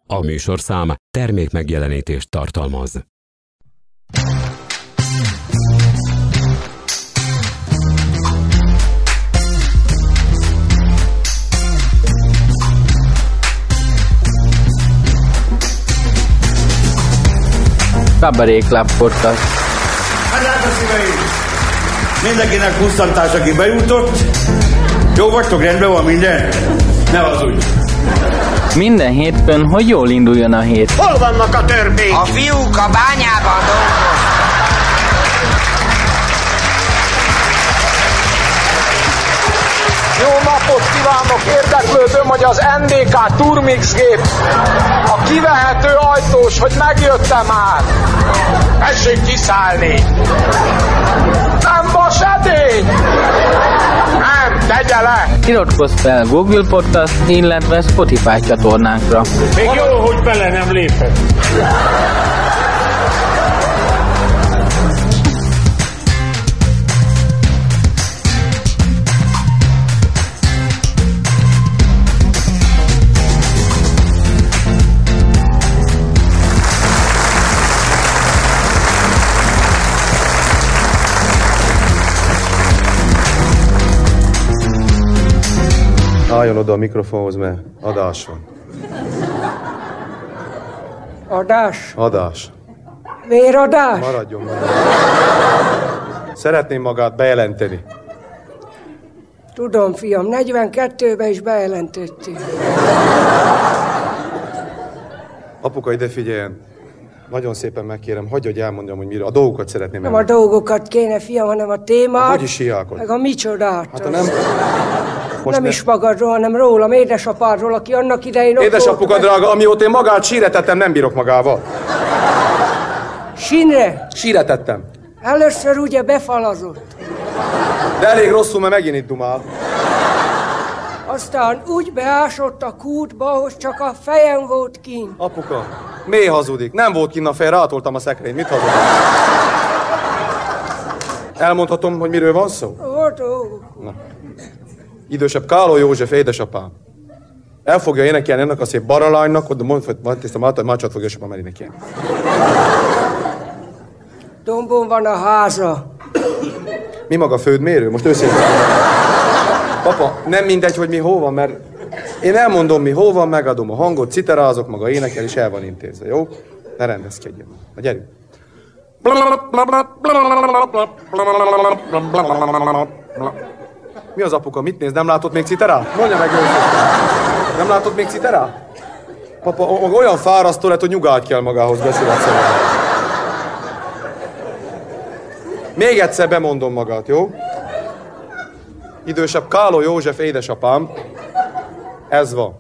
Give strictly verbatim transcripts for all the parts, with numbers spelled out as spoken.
A műsorszám termékmegjelenítést tartalmaz. Cabaret Club Podcast. Hát a szíveim! Mindenkinek pusztantás, aki bejutott. Jó vagytok, rendben van minden? Ne hazudj! Minden hétfőn, hogy jól induljon a hét. Hol vannak a törpék? A fiúk a bányában dolgoznak. Jó napot kívánok! Érdeklődöm, hogy az en dé ká Turmix gép, a kivehető ajtós, hogy megjöttem már. Tessék kiszállni! Nem vas edény! Nem, tegye le! Iratkozz fel Google Podcast, illetve Spotify csatornánkra. Még jó, hogy bele nem lépett. Álljon oda a mikrofonhoz, mert adás van. Adás? Adás. Véradás? Maradjon meg. Szeretném magát bejelenteni. Tudom, fiam, negyvenkettőben is bejelentettél. Apuka, ide figyeljen. Nagyon szépen megkérem, hagyj, hogy elmondjam, hogy mire. A dolgokat szeretném Nem elmondani. a dolgokat kéne, fiam, hanem a témát. Hogy is hiálkod? Meg a micsodát. Hát ha nem... Most nem ne... is magadról, hanem rólam, édesapádról, aki annak idején... Édesapuka meg... drága, amióta én magát síretettem, nem bírok magával. Sínre? Síretettem. Először ugye befalazott. De elég rosszul, mert megint itt dumál. Aztán úgy beásott a kútba, hogy csak a fejem volt kint. Apuka, mély hazudik. Nem volt kint a fej, rátoltam a szekrényt. Mit hazudik? Elmondhatom, hogy miről van szó? Volt, ó. Na. Idősebb Káló József édesapám. El fogja énekelni ennek a szép baralánynak, oda mondta, hogy ezt a mácsát fogja édesapám elénekelni. Dombon van a háza. Mi maga földmérő? Most őszintén. Papa, nem mindegy, hogy mi hol van, mert én elmondom, mi hol van, megadom a hangot, citerázok, maga énekel, és el van intézve, jó? Ne rendezkedjen. Na, gyerünk. Mi az, apuka? Mit néz? Nem látott még citerát? Mondja meg őszintén. Nem látott még citerát? Papa, olyan fárasztó lett, hogy nyugát kell magához beszélni. Még egyszer bemondom magát, jó? Idősebb Káló József édesapám. Ez van.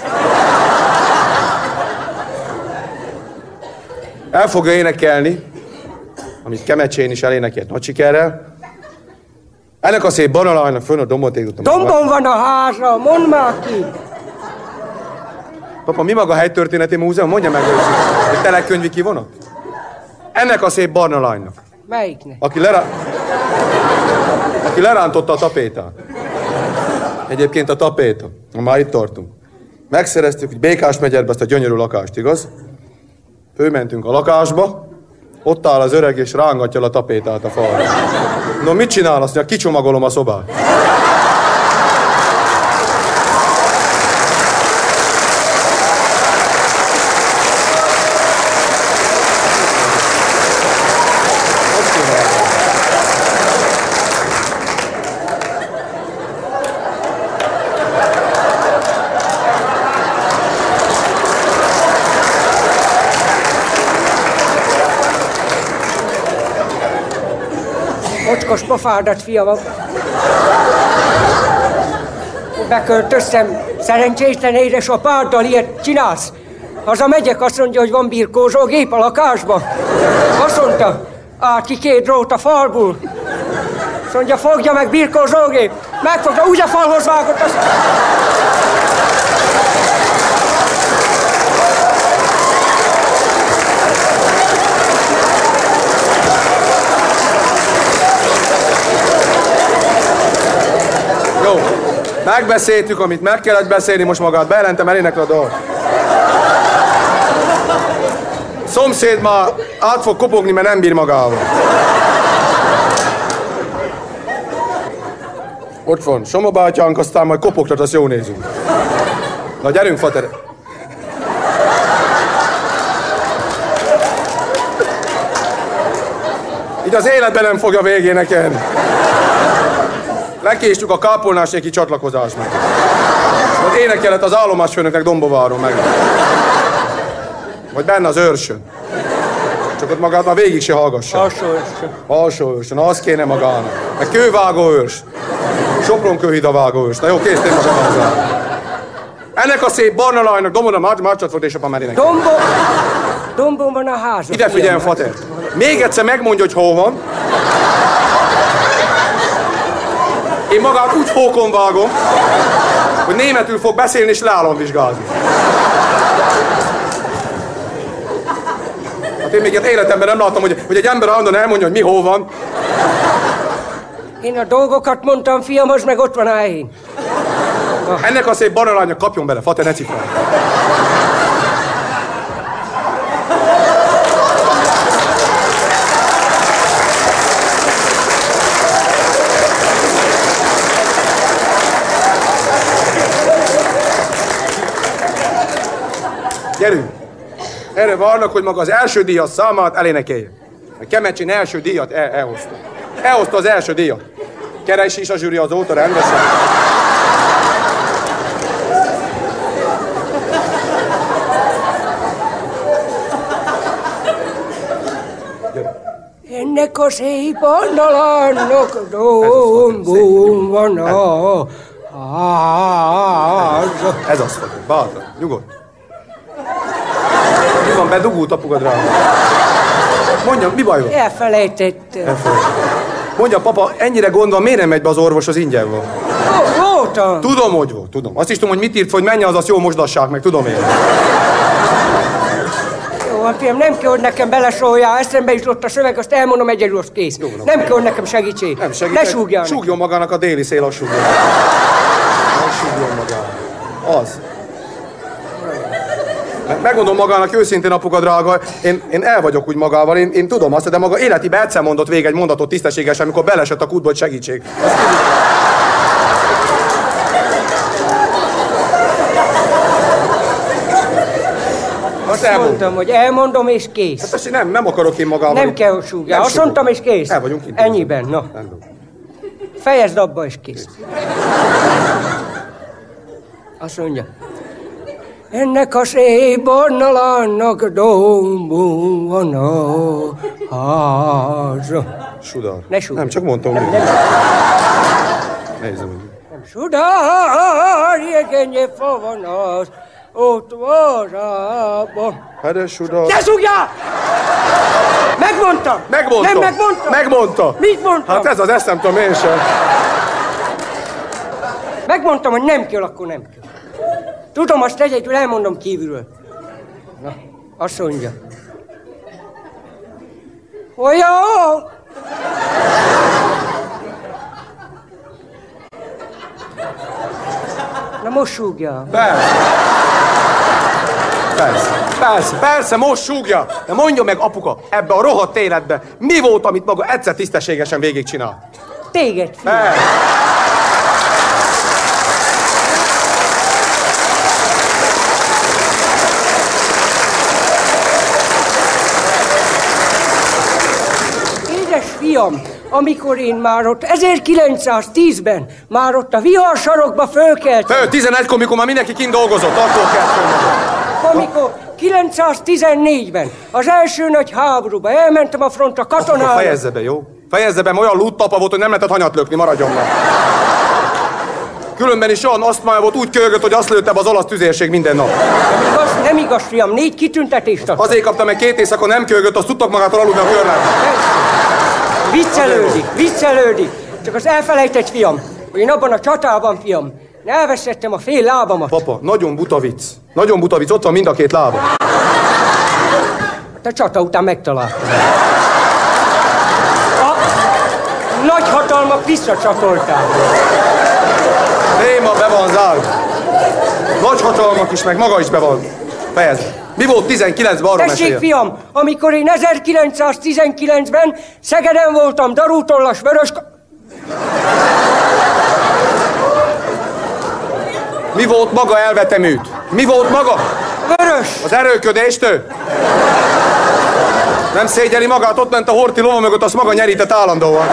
El fogja énekelni, amit Kemecsén is elénekelt nagy sikerrel. Ennek a szép baralánynak fönn a dombot éguttam. Dombon van a háza, mondd már ki! Papa, mi maga a helytörténeti múzeum? Mondja meg őszintén. Egy telekönyvi kivonat? Ennek a szép barna lánynak. Melyiknek? Aki, lerá... Aki lerántotta a tapétát. Egyébként a tapéta. Már itt tartunk. Megszereztük, hogy Békás megyerbe ezt a gyönyörű lakást, igaz? Fölmentünk a lakásba, ott áll az öreg és rángatja a tapétát a falra. No, mit csinál azt? Kicsomagolom a szobát. Mocskos pofádat, fiam. Beköltöztem szerencsétlen édesapáddal, ilyet csinálsz. Hazamegyek, azt mondja, hogy van birkózógép a lakásban. Azt mondta, át ki két drót a falból. Azt mondja, fogja meg birkózógép. Megfogja, úgy a falhoz vágott. Azt... Megbeszéltük, amit meg kellett beszélni, most magát bejelentem, elénekle a dolgot. szomszéd már át fog kopogni, mert nem bír magával. Ott van Soma bátyánk, aztán majd kopogtat, azt jó nézünk. Na gyerünk, fater. Így az életben nem fogja végének élni. Lekéstük a kápolnáséki csatlakozást meg. Majd énekelet az állomásfőnöknek Dombováron meg. Vagy benne az őrsön. Csak ott magát már végig se hallgassa. Alsó őrsön. Alsó őrsön, az kéne magának. Meg kővágó őrs. Sopron kőhida vágó őrs. Na jó, kész, tényleg hozzá. Ennek a szép barna lánynak, Dombon, már, már csatfot és apa merének. Dombo... Dombon van a ház. Ide figyeljen, fater. Még egyszer megmondja, hogy hol van. Én magát úgy hókon vágom, hogy németül fog beszélni és leállom vizsgázni. Hát én még ilyet életemben nem láttam, hogy, hogy egy ember állandóan elmondja, hogy mi hol van. Én a dolgokat mondtam, fiam, az meg ott van a helyén. Ah. Ennek a szép barna lánynak kapjon bele, fater, ne cifrálj. Gyerünk! Erre várnak, hogy maga az első díjas számát elénekelje. A Kemecsén első díjat el, elhozta. Elhozta az első díjat. Keresi is a zsűri azóta rendesen. Ennek a szép andalának dombon van a ház. Ez az, fater. Bátra. Nyugodt. Mi van, bedugult apukad rá? Mondja, mi baj van? Elfelejtettem. Elfelejtettem. Mondja, papa, ennyire gond van, miért nem megy be az orvos, az ingyen van? Voltam. Tudom, hogy volt, tudom. Azt is tudom, hogy mit írt, hogy menj az, azt jó mosdassák meg, tudom én. Jó, hát fiam, nem kell, hogy nekem belesóljál, eszembe jutott a szöveg, azt elmondom egyedül, az kész. Jó, nem kell, hogy nekem segítség. Nem segítség. Ne súgjál. Súgjon magának a déli szél, az súgjon. Az súgjon magának. Az. Megmondom magának őszintén, apuka drága, én, én el vagyok úgy magával, én, én tudom azt, de maga életében egyszer mondott végig egy mondatot tisztességesen, amikor belesett a kútba, hogy segítség. Azt, azt mondtam, hogy elmondom és kész. Hát azt nem, nem akarok én magával. Nem kell, hogy súgjál. Azt mondtam és kész. El vagyunk itt. Ennyiben, na. Fejezd abba és kész. Azt mondja. Ennek a szép barna lánynak dombon van a háza. Sudar. Ne sudar. Nem, csak mondtam. Nem, nem. nem. Nézzem, hogy... Nem sudar, jegenye fa van az, ott varában. Hát de sudar... Ne szúgjál! Megmondtam! Megmondtam! Nem megmondtam! Megmondta! Mit mondtam? Hát ez az, ezt nem tudom én sem. Megmondtam, hogy nem kell, akkor nem kell. Tudom, azt egyedül elmondom kívülről. Na, azt mondja. Olyan! Na most súgjál. Persze. Persze, persze, persze, most súgja. De mondja meg, apuka, ebbe a rohadt életbe mi volt, amit maga egyszer tisztességesen végigcsinál? Téged, fiam. Persze. Fiam, amikor én már ott ezerkilencszáztízben már ott a viharsarokba fölkeltem. Föl, tizenegykor, mikor már mindenki kint dolgozott, attól kelt föl. Amikor kilencszáztizennégyben az első nagy háborúba elmentem a frontra katonára. Akkor fejezze be, jó? Fejezze be, olyan lúttapa volt, hogy nem lehetett hanyat lökni, maradjon már. Különben is olyan asztmája volt, úgy kölgött, hogy azt lőtte be az olasz tüzérség minden nap. Nem igaz, nem igaz, fiam, négy kitüntetést adtam. Azért kaptam meg két éjszaka, nem kölgött, azt tudtak magától aludni a körlát. Viccelődik, viccelődik. Csak az elfelejtett, fiam, hogy én abban a csatában, fiam, elvesztettem a fél lábamat. Papa, nagyon buta vicc. Nagyon buta vicc, ott van mind a két lába. A csata után megtaláltam. A nagy hatalmak visszacsatolták. Téma be van zárva. Nagy hatalmak is, meg maga is be van. Fejezd. Mi volt tizenkilencben, arra mesélj? Tessék, fiam, amikor én ezerkilencszáztizenkilencben Szegeden voltam, darútollas vörös... Mi volt maga elveteműt? Mi volt maga? Vörös! Az erőködéstől? Nem szégyeli magát, ott ment a Horthy lova mögött, azt maga nyerített állandóan.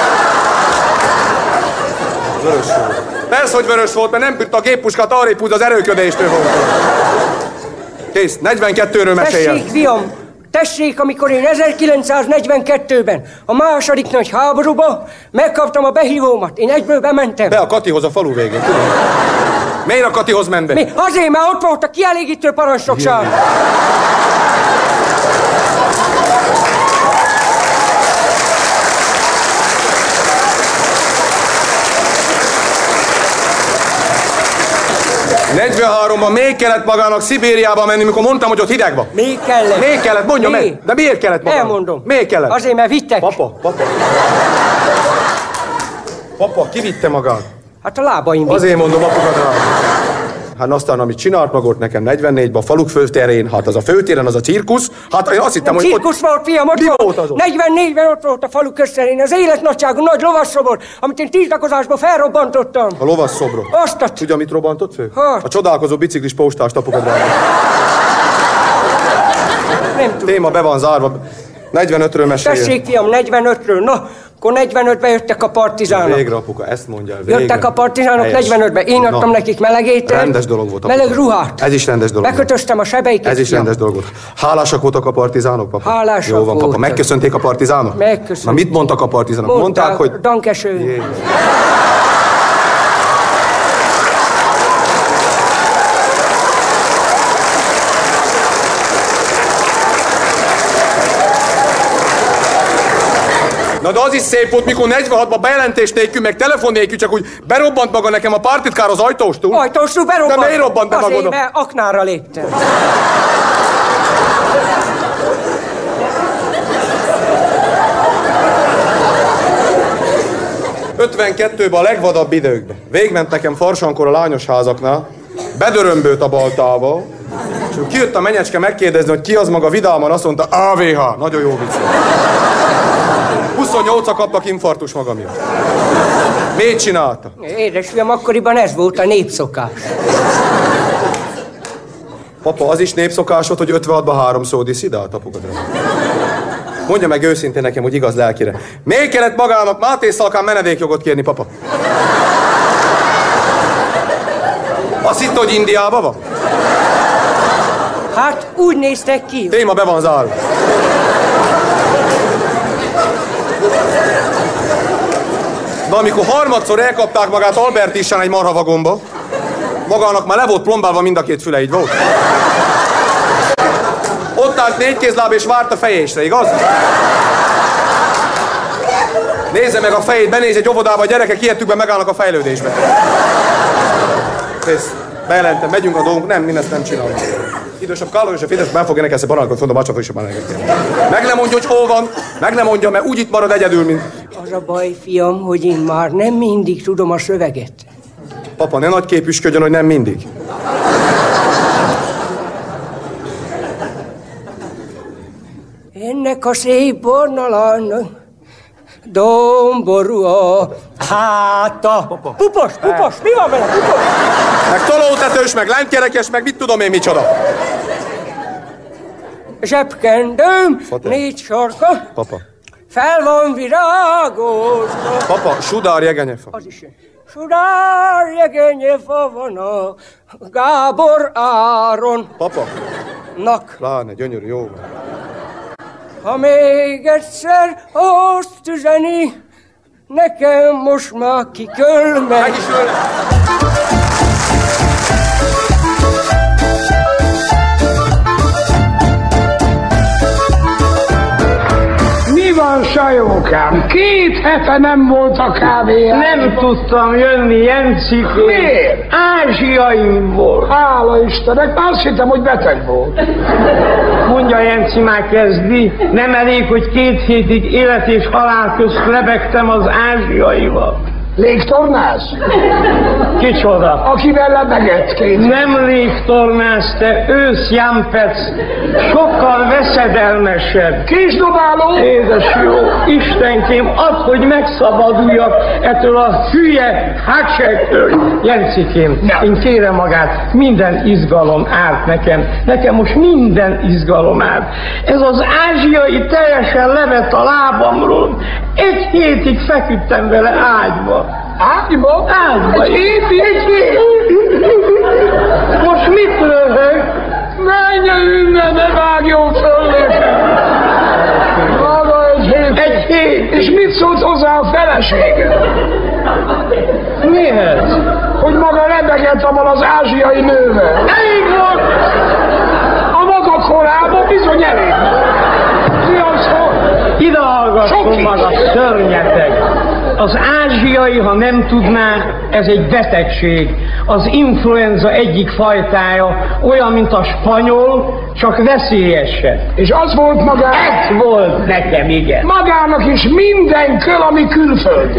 Vörös volt. Persze, hogy vörös volt, mert nem bírta a géppuskát arrébb húzni, az erőködéstől volt. Kész, negyvenkettőről meséljen. Tessék, fiam, tessék, amikor én ezerkilencszáznegyvenkettőben a második nagy háborúba megkaptam a behívómat, én egyből bementem. Be a Katihoz a falu végén, tudom. Miért a Katihoz ment be? Mi? Azért, mert ott volt a kielégítő parancsnokság. negyvenháromban még kellett magának Szibériába menni, mikor mondtam, hogy ott hideg van. Még kellett. Még kellett, mondja Mi? meg. De miért kellett magának? Elmondom. Miért kellett? Azért, mert vittek. Papa, papa. Papa, ki vitte magát? Hát a lábaim vittek. Azért mondom, apukat rá. Hát aztán, amit csinált magott nekem negyvennégyben a faluk főterén, hát az a főtéren, az a cirkusz, hát én azt hittem, a hogy cirkusz ott... volt, fiam, ott Mi volt. volt az ott? negyvennégyben ott volt a falu közterén, az életnagyságú nagy lovasszobor, amit én tiltakozásból felrobbantottam. A lovasszobrot. Azt a... Tudja, mit robbantott fő? Hát. A csodálkozó biciklis postást, apukat rá. Nem tudom. Téma be van zárva. negyvenötről meséljen. Tessék, fiam, negyvenötről. Na, akkor negyvenötben jöttek a partizánok. Végre, apuka, ezt mondja el. Végre. Jöttek a partizánok Helyes. negyvenötben. Én adtam Na. nekik melegételt. Rendes dolog volt, apuka. Meleg ruhát. Ez is rendes dolog. Bekötöztem a sebeiket. Ez is fiam. rendes dolog volt. Hálásak voltak a partizánok, papa? Hálásak Jó van, papa. voltak. Megköszönték a partizánok? Megköszönték. Na mit mondtak a partizánok? Mondták, Mondták, hogy... Dankeső. Jézus. Na de az is szép volt, mikor negyvenhatban bejelentés nélkül, meg telefon nélkül, csak úgy berobbant maga nekem a partitkár az ajtóstól. Ajtóstól berobbant. De miért robbant be Azért, magadon? mert aknára léptem. ötvenkettőben a legvadabb időkben. Végment nekem Farsankor a lányos házaknál, bedörömbölt a baltával, és kijött a menyecske megkérdezni, hogy ki az maga vidáman, azt mondta, á vé há. Nagyon jó vicc. huszonnyolcan kaptak infarktus maga miatt. Miért csinálta? Édesfiam, akkoriban ez volt a népszokás. Papa, az is népszokás volt, hogy ötvenhatban háromszor diszidált, apukadra. Mondja meg őszintén nekem, hogy igaz lelkire. Miért kellett magának Máté Szalkán menedékjogot kérni, papa? Azt hitt, hogy Indiában van? Hát úgy néztek ki. Téma be van zárva. De amikor harmadszor elkapták magát Albert Isán egy marhavagomba, magának már le volt plombálva mind a két füle, így volt. Ott állt négy kézláb és várt a fejésre, igaz? Nézze meg a fejét, benéz egy óvodába, a gyerekek ilyetükben megállnak a fejlődésbe. Kész, bejelentem, megyünk a dolgunk, nem, mindezt nem csinálunk. Idősebb Kálló és a Fidesz be fog énekelni ezt a baránkot, mondom, a is már meg nem mondja, hogy hol van, meg nem mondja, mert úgy itt marad egyedül, mint... Az a baj, fiam, hogy én már nem mindig tudom a szöveget. Papa, ne nagy képüsködjön, hogy nem mindig. Ennek a szép barna lánynak domború a háta. Papa. Pupos, pupos, mi van vele, pupos? Meg tolótetős, meg lántkerekes, meg mit tudom én micsoda. Zsebkendőm, Fater. négy sarka, Papa. fel van virágosva. Papa, sudár jegenyefa. Az is jön. Sudár jegenyefa van a Gábor Áron. Papa, Nak. pláne, gyönyörű, jó. Ha még egyszer azt üzeni, nekem most már kiköl meg. Meg is öl. Mi van, Sajókám? Két hete nem volt a kávéján. Nem tudtam jönni, Jencikém. Miért? Ázsiaim volt. Hála Istennek, azt hittem, hogy beteg volt. Mondja, Jenci már kezdi. Nem elég, hogy két hétig élet és halál közt lebegtem az ázsiaival. Légtornász? Kicsoda? Akivel lebegett két. Nem légtornász, te ősz Jampec, sokkal veszedelmesebb. Késdobáló? Édes jó, Istenkém, add, hogy megszabaduljak ettől a hülye hátsektől. Jencikém, ja. Én kérem magát, minden izgalom árt nekem. Nekem most minden izgalom árt. Ez az ázsiai teljesen levett a lábamról. Egy hétig feküdtem vele ágyba. Ágyba? Ágyba. Egy hétig? Egy hétig. Most mit röhög? Menj innen, ne vágjon föl nekem! Maga egy hét. Egy hét. És mit szólt hozzá a felesége? Mihez? Hogy maga lebegett abban az ázsiai nővel. Elég volt! A maga korában bizony elég. Mi az, hogy? Ide hallgasson maga, szörnyeteg! Az ázsiai, ha nem tudná, ez egy betegség. Az influenza egyik fajtája, olyan, mint a spanyol, csak veszélyesebb. És az volt magának? Ez volt nekem, igen. Magának is minden köl, ami külföld.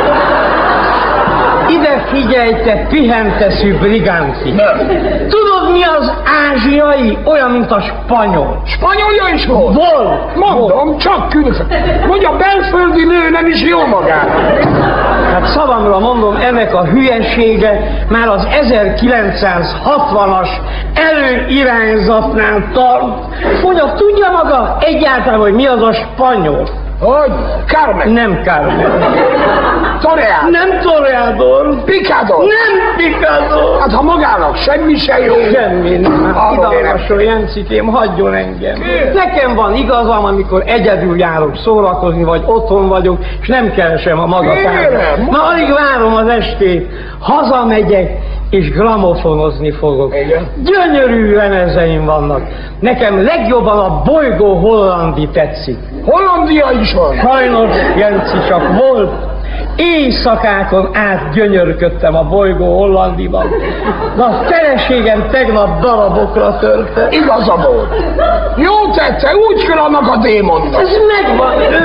Ide figyelj, te pihenteszű brigánci! Tudod, mi az ázsiai? Olyan, mint a spanyol. Spanyolja is volt? Volt! Mondom, volt. csak külföld. Hogy a belföldi nő nem is jó magának. Hát szavamra mondom, ennek a hülyesége már az ezerkilencszázhatvanas előirányzatnál tart. Mondja, tudja maga egyáltalán, hogy mi az a spanyol? Hogy? Carmen? Nem Carmen. Toreador? Nem Toreador. Picador? Nem Picador. Hát ha magának semmi se jó. Semmi nem. Idalmasol, Jencikém, hagyjon engem. Miért? Nekem van igazam, amikor egyedül járok szórakozni, vagy otthon vagyok, és nem keresem a magatámat. Na, alig várom az estét. Hazamegyek, és gramofonozni fogok. Igen. Gyönyörű lemezeim vannak. Nekem legjobban a Bolygó Hollandi tetszik. Hollandia is van. Sajnos, Jenci, csak volt. Éjszakákon át gyönyörködtem a Bolygó Hollandiban. Na, a feleségem tegnap darabokra törte. Igaza volt. Jó tette, úgy kell annak a démonnak. Ez megvan, ő.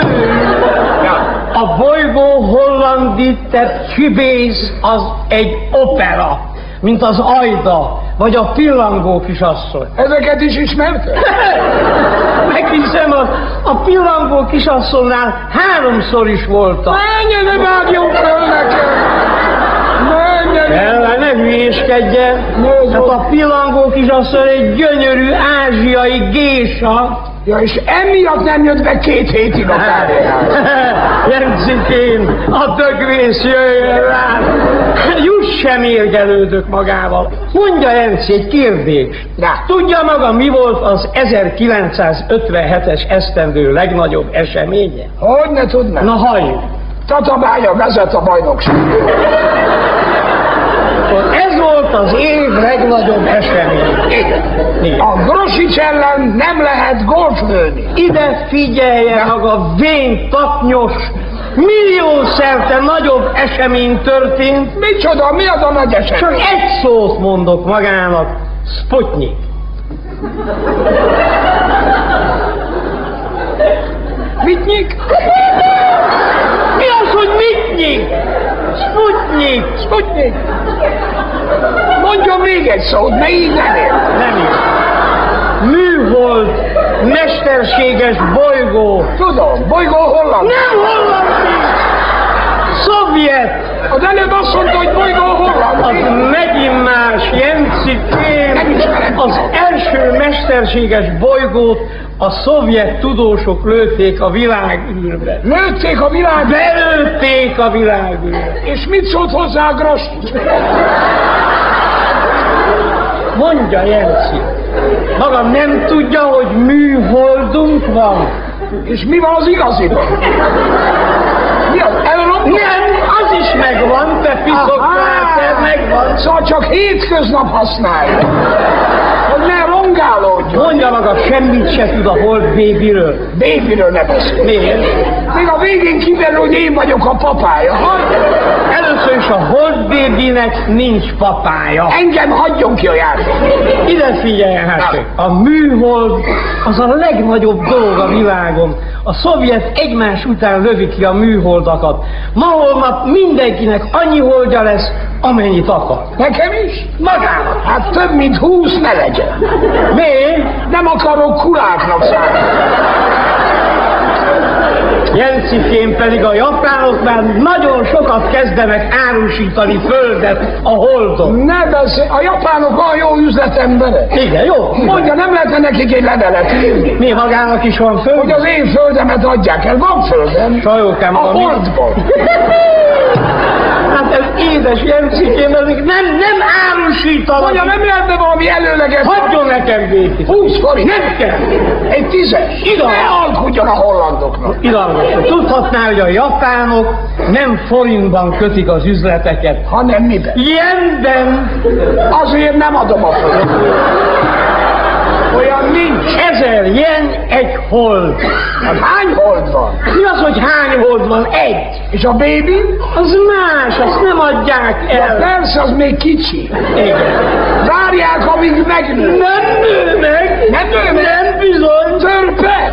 A Bolygó Hollandi, te csibész, az egy opera, mint az Ajda, vagy a Pillangó kisasszony. Ezeket is ismerte? Meghiszem, a, a Pillangó kisasszonynál háromszor is voltam. Menjen, ne vágjon föl nekem! Menjen! Ellen, ne hülyéskedjen! Hát a Pillangó kisasszony egy gyönyörű ázsiai gésa. Ja, és emiatt nem jött be két hétig a kávéház. Jencikém, a dögvész jöjjön rá! Just sem érgelődök magával. Mondja, Jenci, egy kérdés. Na. Tudja maga, mi volt az ezerkilencszázötvenhetes esztendő legnagyobb eseménye? Hogy ne tudnám? Na, halljuk. Tatabánya vezet a bajnokság. Ez volt az év legnagyobb esemény. Igen. Igen. A Grosics ellen nem lehet gólt lőni. Ide figyelje maga, vén, taknyos, milliószerte nagyobb esemény történt. Micsoda, mi az a nagy esemény? Csak egy szót mondok magának, Sputnik. Mitnyik? Mi az, hogy mitnyik? Sputnik. Sputnik. Mondjon még egy szót, ne így nem ér. Nem is. Műhold, mesterséges bolygó. Tudom, bolygó holland. Nem hollandi! Szovjet! Az előbb azt mondta, hogy bolygó holland. Az megint más, Jencikém. Az első mesterséges bolygót a szovjet tudósok lőtték a világűrbe. Lőtték a világűrbe? Belőtték a világűrbe. És mit szólt hozzá a Grosics? Mondja, Jenci, maga nem tudja, hogy műholdunk van? És mi van az igaziban? Mi az? Elrobban? Nem, az is megvan, te piszokkráter, megvan. Szóval csak hétköznap használja. Hogy ne rongálódjon. Mondja maga, semmit se tud a Hold Babyről. Babyről ne beszél. Miért? Még a végén kiderül, hogy én vagyok a papája. Először is a Hold Babynek nincs papája. Engem hagyjon ki a játék. Ide figyeljetek, a műhold az a legnagyobb dolog a világon. A szovjet egymás után lövi ki a műholdakat. Ma holnap mindenkinek annyi holdja lesz, amennyit akar. Nekem is? Magának. Hát több mint húsz ne legyen. Miért? Nem akarok kuláknak szállni. Jencikém, pedig a japánok már nagyon sokat kezdenek árusítani földet a holdon. Ne beszélj, a japánok olyan jó üzletemberek. Igen, jó. Mondja, nem lehetne nekik egy levelet írni. Mi magának is van föld? Hogy az én földemet adják el. Van földem. Sajókám, a holdban. Hát ez édes Jencikém, ezek nem, nem árusítanak. Mondja, nem lehetne valami előleges. Hagyjon nekem végig. húsz forint. Nem kell. Egy tízes. Ida. Ne alkudjon a hollandoknak. Ida. Tudhatná, hogy a japánok nem forintban kötik az üzleteket, hanem miben? Jenben. Azért nem adom a föld. Olyan nincs. Ezer jen egy hold. Hát hány hold van? Mi az, hogy hány hold van? Egy. És a baby? Az más, azt nem adják el. Ja, persze, az még kicsi. Igen. Várják, amíg megnő. Nem nő meg. Nem nő meg? Nem bizony. Törpe.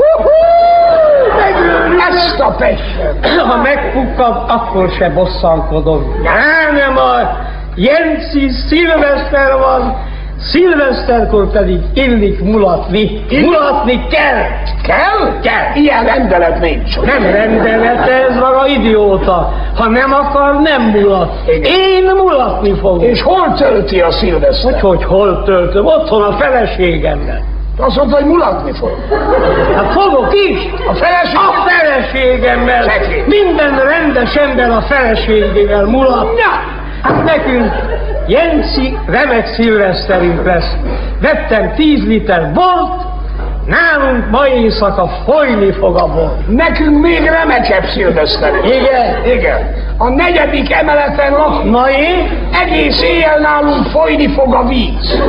Ezt a pesset. Ha megpukkad, akkor se bosszankodom. Nem a Jenci szilveszter van, szilveszterkor pedig illik mulatni. Mulatni kell. Kell? Kell. Ilyen rendelet nincs. Nem rendelet, ez maga idióta. Ha nem akar, nem mulat. Én mulatni fogok. És hol tölti a szilveszter? Hogy, hogy hol töltöm? Otthon a feleségemmel. Azt mondta, hogy mulatni fog. Hát fogok is. A feleség? A feleségemmel. Szegény. Minden rendes ember a feleségével mulat. Hát nekünk Jenci remek szilveszterünk lesz. Vettem tíz liter bort, nálunk ma éjszaka folyni fog a bor. Nekünk még remekebb szilveszterünk. Igen? Igen. A negyedik emeleten lakunk. Na én? Egész éjjel nálunk folyni fog a víz.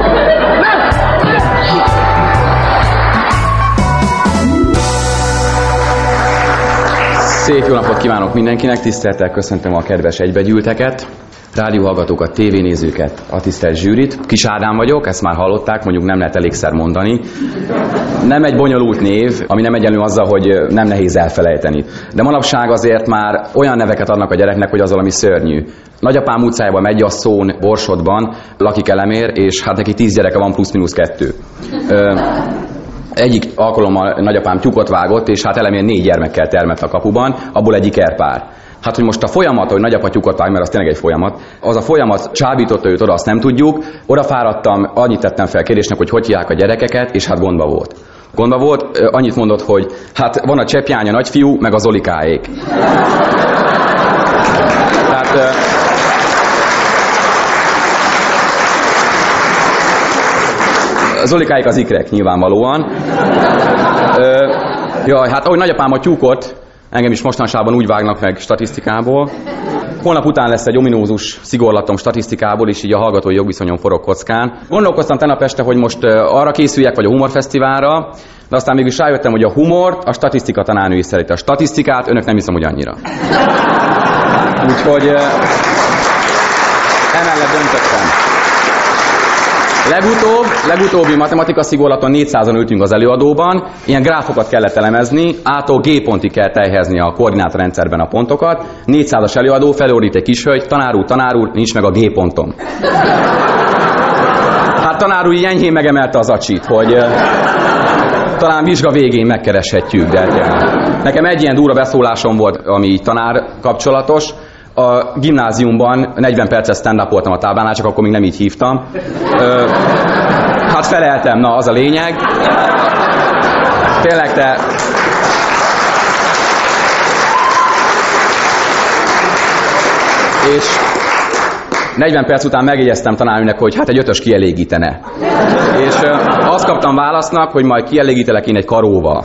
Szép jó napot kívánok mindenkinek, tisztelettel köszöntöm a kedves egybegyűlteket, rádióhallgatókat, tévénézőket, a tisztelt zsűrit. Kis Ádám vagyok, ezt már hallották, mondjuk nem lehet elégszer mondani. Nem egy bonyolult név, ami nem egyenlő azzal, hogy nem nehéz elfelejteni. De manapság azért már olyan neveket adnak a gyereknek, hogy az valami szörnyű. Nagyapám utcájában Megyasszón, Borsodban lakik Elemér, és hát neki tíz gyereke van, plusz-minusz kettő. Ö, Egyik alkalommal nagyapám tyúkot vágott, és hát Elemér négy gyermekkel termett a kapuban, abból egyik erpár. Hát, hogy most a folyamat, hogy nagyapa tyúkot vág, mert az tényleg egy folyamat, az a folyamat csábította őt oda, azt nem tudjuk. Oda fáradtam, annyit tettem fel kérdésnek, hogy hogy hívják a gyerekeket, és hát gondba volt. Gondba volt, annyit mondott, hogy hát van a Cseppjány, a nagyfiú, meg a Zolikáék. Tehát... Zolikáik az ikrek nyilvánvalóan. Ö, jaj, hát ahogy nagyapám a tyúkot, engem is mostanában úgy vágnak meg statisztikából. Holnap után lesz egy ominózus szigorlatom statisztikából, és így a hallgatói jogviszonyom forog kockán. Gondolkoztam tegnap este, hogy most arra készüljek, vagy a humorfesztiválra, de aztán mégis rájöttem, hogy a humort a statisztika tanárnő is szereti. A statisztikát önök nem hiszem, hogy annyira. Úgyhogy emellett döntöttem. Legutóbb, legutóbbi matematika szigorlaton négyszázan ültünk az előadóban, ilyen gráfokat kellett elemezni, A-tól G pontig kell teljezni a koordinátorrendszerben a pontokat, négyszázas előadó, felordít egy kis hölgy, tanár úr, tanár úr, nincs meg a G pontom. Hát tanár úr enyhén megemelte az acsit, hogy uh, talán vizsga végén megkereshetjük, de hát, nekem egy ilyen durva beszólásom volt, ami tanár kapcsolatos. A gimnáziumban negyven percet stand-upoltam a táblánál, csak akkor még nem így hívtam. Ö, hát feleltem, na az a lényeg. Tényleg te... És negyven perc után megjegyeztem tanárnőnek, hogy hát egy ötös kielégítene. És ö, azt kaptam válasznak, hogy majd kielégítelek én egy karóval.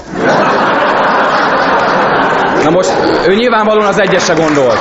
Na most ő nyilvánvalóan az egyesre gondolt.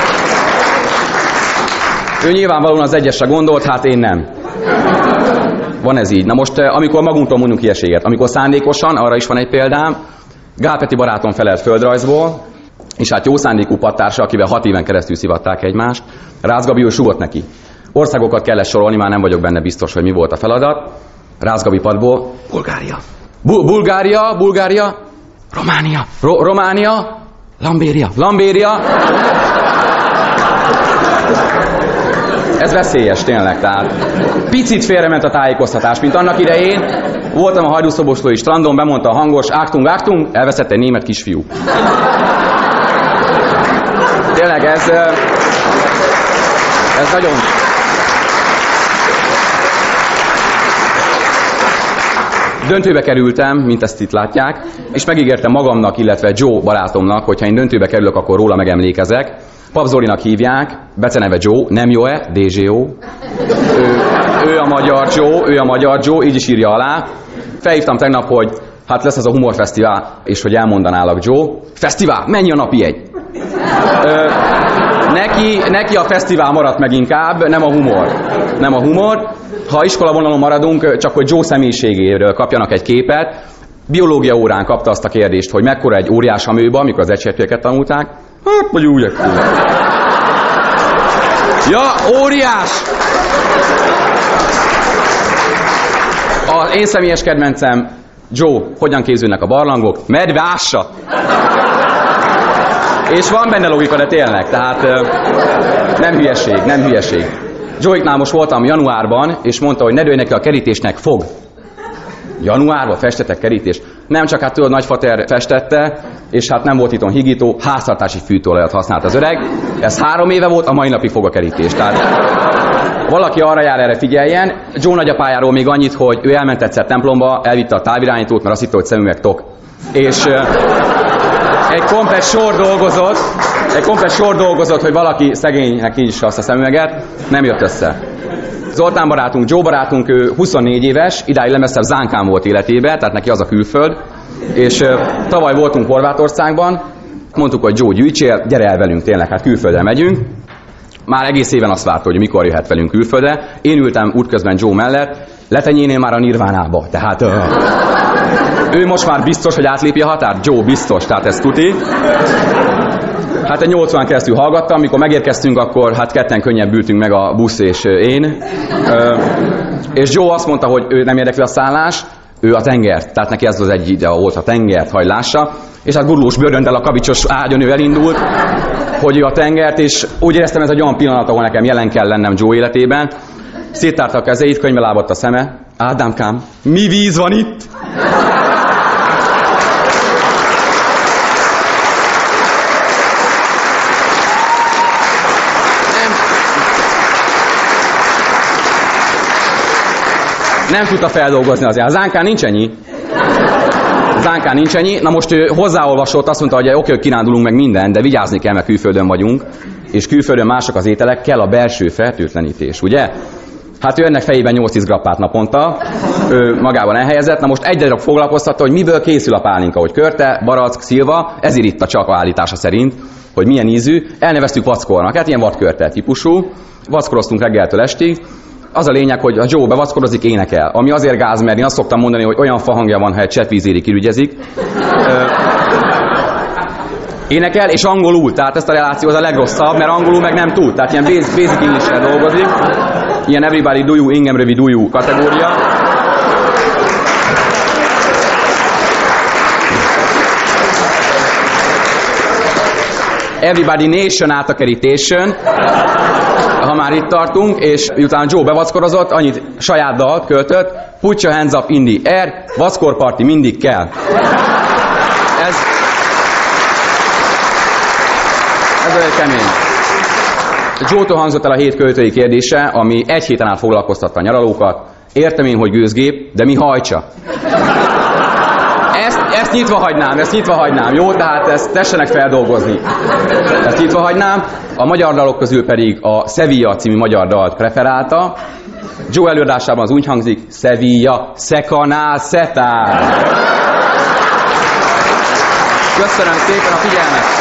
Ő nyilvánvalóan az egyesre gondolt, hát én nem. Van ez így. Na most, amikor magunktól mondunk hülyeséget, amikor szándékosan, arra is van egy példám, Gál Peti barátom felelt földrajzból, és hát jó szándékú pattársa, akivel hat éven keresztül szivatták egymást, Rácz Gabi, ő sugott neki. Országokat kellett sorolni, már nem vagyok benne biztos, hogy mi volt a feladat. Rácz Gabi padból, Bulgária. Bu- Bulgária, Bulgária, Románia, Ro- Románia, Lambéria, Lambéria. Ez veszélyes tényleg, tehát picit félrement a tájékoztatás, mint annak idején. Voltam a hajdúszoboszlói strandon, bemondta a hangos, Achtung, Achtung, elveszett egy német kisfiú. Tényleg ez, ez nagyon... Döntőbe kerültem, mint ezt itt látják, és megígértem magamnak, illetve Joe barátomnak, hogyha én döntőbe kerülök, akkor róla megemlékezek. Pap Zolinak hívják, beceneve Joe, nem Joe, dé zsé o. Ő, ő a magyar Joe, ő a magyar Joe, így is írja alá. Felhívtam tegnap, hogy hát lesz ez a humorfesztivál, és hogy elmondanálak Joe. Fesztivál, mennyi a napi jegy? Ö, neki, neki a fesztivál maradt meg inkább, nem a humor. Nem a humor. Ha iskolavonalon maradunk, csak hogy Joe személyiségéről kapjanak egy képet. Biológia órán kapta azt a kérdést, hogy mekkora egy óriás amőba, amikor az egysejtőeket tanulták. Hát, vagy úgy ekkor. Ja, óriás! Az én személyes kedvencem, Joe, hogyan képződnek a barlangok? Medve ássa! És van benne logika, de tényleg, tehát nem hülyeség, nem hülyeség. Joe-iknál most voltam januárban, és mondta, hogy ne dőlj neki a kerítésnek, fog. Januárban festettek kerítést. Nem csak, hát tudod, nagyfater festette, és hát nem volt itthon higító, háztartási fűtőolajat használt az öreg. Ez három éve volt, a mai napig fog a kerítés. Tehát valaki arra jár, erre figyeljen. Joe nagyapájáról még annyit, hogy ő elment egyszer templomba, elvitte a távirányítót, mert azt hitte, hogy szemüveg tok. És uh, egy komplet sor dolgozott, egy komplet sor dolgozott, hogy valaki szegénynek kinyissa azt a szemüveget, nem jött össze. Zoltán barátunk, Joe barátunk, ő huszonnégy éves, idáig legmesszebb zánkán volt életében, tehát neki az a külföld, és uh, tavaly voltunk Horvátországban, mondtuk, hogy Joe, gyűjtsél, gyere el velünk, tényleg, hát külföldre megyünk. Már egész éven azt várta, hogy mikor jöhet velünk külföldre. Én ültem útközben Joe mellett, letenyénél már a Nirvánába, tehát uh, ő most már biztos, hogy átlépi a határt, Joe biztos, tehát ez tuti. Hát egy nyolcvan keresztül hallgattam, amikor megérkeztünk, akkor hát ketten könnyebb ültünk meg a busz és én. Ö, és Joe azt mondta, hogy ő nem érdekli a szállás, ő a tengert, tehát neki ez az egy ide volt a tengert hajlása, és hát gurulós bőröndel a kavicsos ágyon ő elindult, hogy ő a tengert, és úgy éreztem, ez egy olyan pillanat, ahol nekem jelen kell lennem Joe életében. Széttárta a kezeit, könyvbe lábadt a szeme. Ádámkám, mi víz van itt? Nem tudta feldolgozni azért. A zánkán nincs ennyi. A zánkán nincs ennyi. Na most ő hozzáolvasott, azt mondta, hogy oké, hogy kirándulunk meg minden, de vigyázni kell, mert külföldön vagyunk, és külföldön mások az ételek, kell a belső fertőtlenítés, ugye? Hát ő ennek fejében nyolc-tíz grappát naponta, ő magában elhelyezett. Na most egy darab foglalkoztatta, hogy miből készül a pálinka, hogy körte, barack, szilva, ezért itt a csak állítása szerint, hogy milyen ízű. Elneveztük vackornak, hát ilyen vadkörte típusú. Vackoroztunk reggeltől estig. Az a lényeg, hogy a Joe bevackorozik, énekel. Ami azért gáz, mert én azt szoktam mondani, hogy olyan fahangja van, ha egy csettvízéri kirügyezik. Ö, énekel, és angolul, tehát ezt a reláció az a legrosszabb, mert angolul meg nem tud. Tehát ilyen basic English-re dolgozik. Ilyen everybody do you, ingem rövid do you kategória. Everybody nation át a kerítésen, ha már itt tartunk, és miután Joe bevackorozott, annyit saját dalt költött, put your hands up in the air, vackorparti mindig kell. Ez, ez olyan kemény. Joe-tól hangzott el a hét költői kérdése, ami egy héten át foglalkoztatta a nyaralókat. Értem én, hogy gőzgép, de mi hajtsa? Ezt, ezt nyitva hagynám, ezt nyitva hagynám, jó? Tehát ezt tessenek feldolgozni. Ezt nyitva hagynám. A magyar dalok közül pedig a Sevilla című magyar dalt preferálta. Joe előadásában az úgy hangzik, Sevilla, szekanál, szetál. Köszönöm szépen a figyelmet!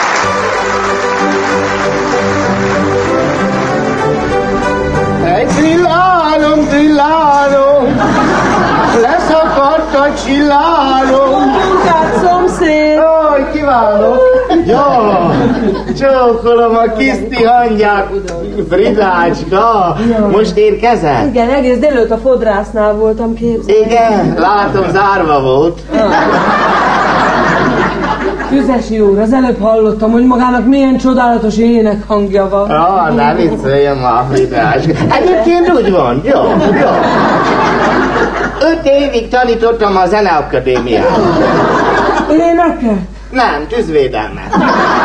Egy trillálom, trillálom, leszakadt a csillálom. Munkát, szomszéd! Ó, kiváló! kívánok! Jó! Csókolom a kiszti hangyát, Fridácska! Most érkezel? Igen, egész délőtt a fodrásznál voltam, képzelni. Igen, látom, zárva volt. Füzesi úr, az előbb hallottam, hogy magának milyen csodálatos énekhangja van. Ah, ne vicceljen már, Fridácska. Egyébként úgy van, jó, jó. Öt évig tanítottam a Zeneakadémián. Énekel? Nem, tűzvédelmet.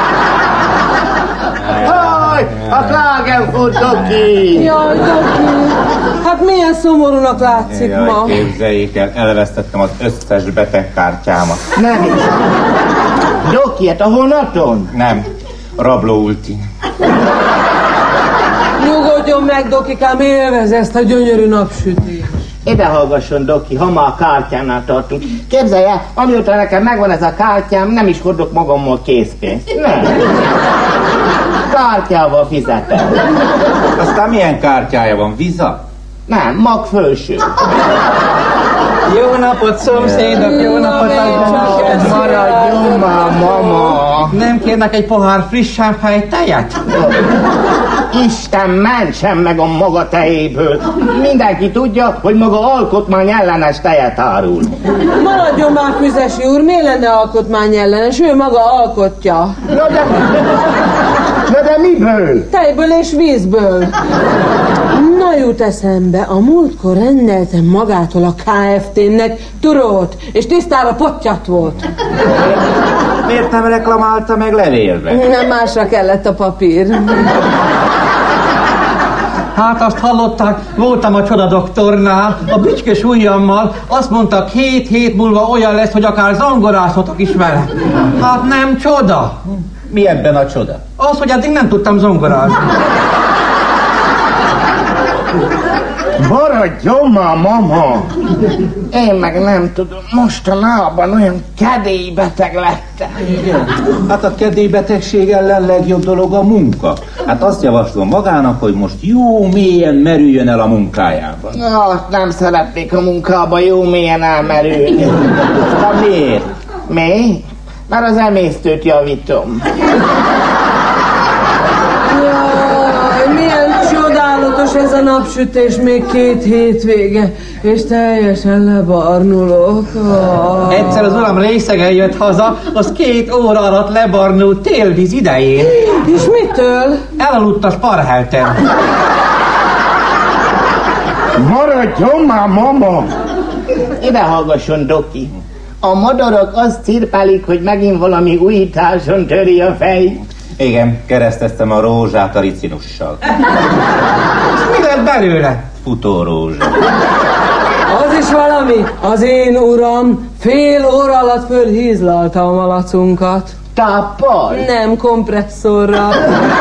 Haj, a Klagenfurt Doki! Jaj, Doki! Hát milyen szomorúnak látszik Jaj, ma. képzeljék el, elvesztettem az összes betegkártyámat. Nem is. Doki, hát a Honaton? Nem, Rabló Ulti. Nyugodjon meg, Dokikám, élvez ezt a gyönyörű napsütést. Ide hallgasson, Doki, ha ma a kártyánál tartunk. Képzelje, amióta nekem megvan ez a kártyám, nem is hordok magammal készpénzt. Nem. Kártyával fizetem. Aztán milyen kártyája van? Visa? Nem, mag fölső. Jó napot, szomszédok, jó napot, asszonyok! Maradjon már, mama! Nem kérnek egy pohár frissebb hely tejet? Isten mentsen meg a maga tejéből! Mindenki tudja, hogy maga alkotmány ellenes tejet árul. Maradjon már, Füzesi úr, miért lenne alkotmány ellenes? Ő maga alkotja. No de... No de miből? Tejből és vízből. Na jut eszembe, a múltkor rendeltem magától a ká ef té-nek turót, és tisztára pottyat volt. Miért nem reklamálta meg levélbe? Nem, másra kellett a papír. Hát azt hallották, voltam a csodadoktornál, a bicskés ujjammal, azt mondta, hét hét múlva olyan lesz, hogy akár zongorázhatok is vele. Hát nem csoda. Mi ebben a csoda? Az, hogy eddig nem tudtam zongorázni. Maradjon már, mama! Én meg nem tudom, mostanában olyan kedélybeteg lettem. Igen. Hát a kedélybetegség ellen legjobb dolog a munka. Hát azt javaslom magának, hogy most jó mélyen merüljön el a munkájában. Na, nem szeretnék a munkába jó mélyen elmerülni. Na miért? Mi? Mert az emésztőt javítom. Jaj, milyen csodálatos ez a napsütés, még két hétvége, és teljesen lebarnulok. Oh. Egyszer az uram részegen jött haza, az két óra alatt lebarnult télvíz idején. És mitől? Elaludt a sparhelten. Maradjon már, mama! Ide hallgasson, Doki. A madarak azt cirpelik, hogy megint valami újításon töri a fej. Igen, kereszteztem a rózsát a ricinussal. Mi lett belőle? Futórózsa. Az is valami. Az én uram fél óra alatt fölhízlalta a malacunkat. Táppal? Nem, kompresszorral.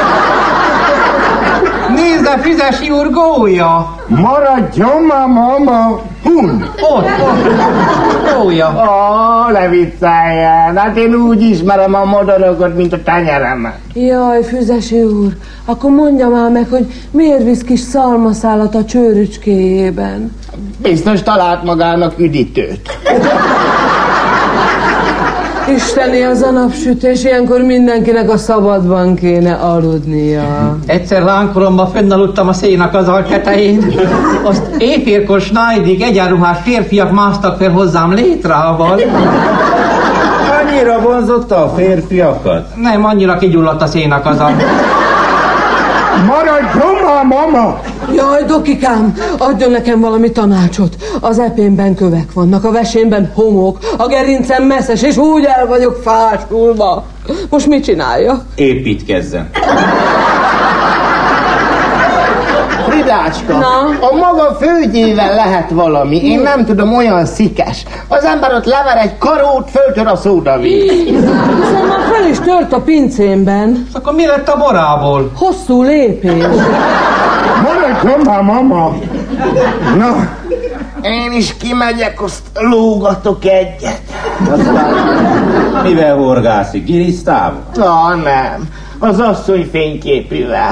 Nézd a Füzesi úr gólya! Maradjon már, mama! Hun! Ott, ott, gólya! Ó, ne vicceljen! Hát én úgy ismerem a madarakat, mint a tenyeremet. Jaj, Füzesi úr, akkor mondja már meg, hogy miért visz kis szalmaszálat a csőrücskéjében? Biztos talált magának üdítőt. Isteni az a napsütés, ilyenkor mindenkinek a szabadban kéne aludnia. Egyszer lánkoromban fönnaludtam a szénak az tetején, azt éjfélkor Schneidig egyenruhás férfiak másztak fel hozzám létrával. Annyira vonzotta a férfiakat? Nem, annyira kigyulladt a szénak az a... Maradjon már, mama! Jaj, Dokikám, adjon nekem valami tanácsot. Az epénben kövek vannak, a vesémben homok, a gerincem messzes, és úgy el vagyok fásulva. Most mit csináljak? Építkezzen. Fridácska, Na? a maga földjével lehet valami. Én nem tudom, olyan szikes. Az ember ott lever egy karót, föltör a szódavíz. Hiszen már fel is tört a pincémben. Akkor mi lett a borából? Hosszú lépés. Maradjon már, mama! Na, én is kimegyek, azt lógatok egyet. Aztán mivel horgászik? Gilisztával? Na, nem. Az asszony fényképével.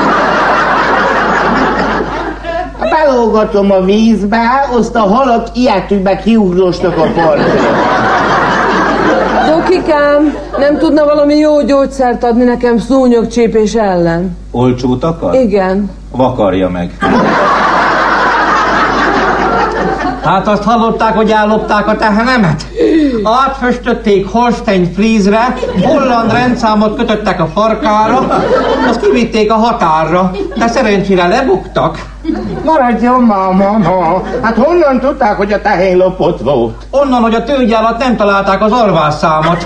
Belógatom a vízbe, azt a halak ilyetükbe kiugrostak a partra. Kikám, nem tudna valami jó gyógyszert adni nekem szúnyogcsípés ellen? Olcsót akar? Igen. Vakarja meg. Hát azt hallották, hogy ellopták a tehenemet? Átföstötték Holstein Friesre, holland rendszámot kötöttek a farkára, azt kivitték a határra, de szerencsére lebuktak. Maradjon már, mama! Hát honnan tudták, hogy a tehén lopott volt? Onnan, hogy a tőgy alatt nem találták az alvásszámot.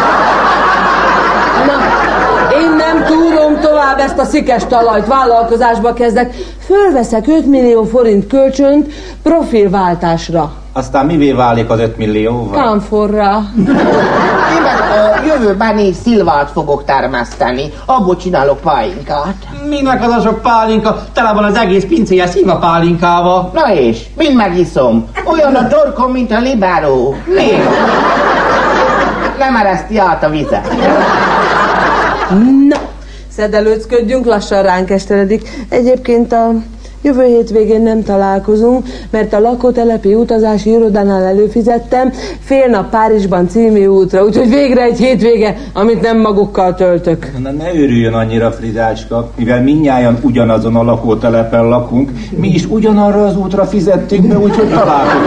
Na, én nem túrom tovább ezt a szikes talajt, vállalkozásba kezdek. Fölveszek öt millió forint kölcsönt profilváltásra. Aztán mivé válik az öt millióval? Kámforra. Én meg a jövőben is szilvát fogok termeszteni. Abból csinálok pálinkát. Minek az a sok pálinka? Tele van az egész pincéje szíva pálinkával. Na és? Mind megiszom. Olyan a torkom, mint a libero. Még. Nem ereszti át a vizet. Na, szedelőcködjünk, lassan ránk esteredik. Egyébként a jövő hétvégén nem találkozunk, mert a lakótelepi utazási irodánál előfizettem fél nap Párizsban című útra, úgyhogy végre egy hétvége, amit nem magukkal töltök. Na, ne örüljön annyira, Fridácska, mivel mindnyájan ugyanazon a lakótelepen lakunk, mi is ugyanarra az útra fizettünk be, úgyhogy találkozunk.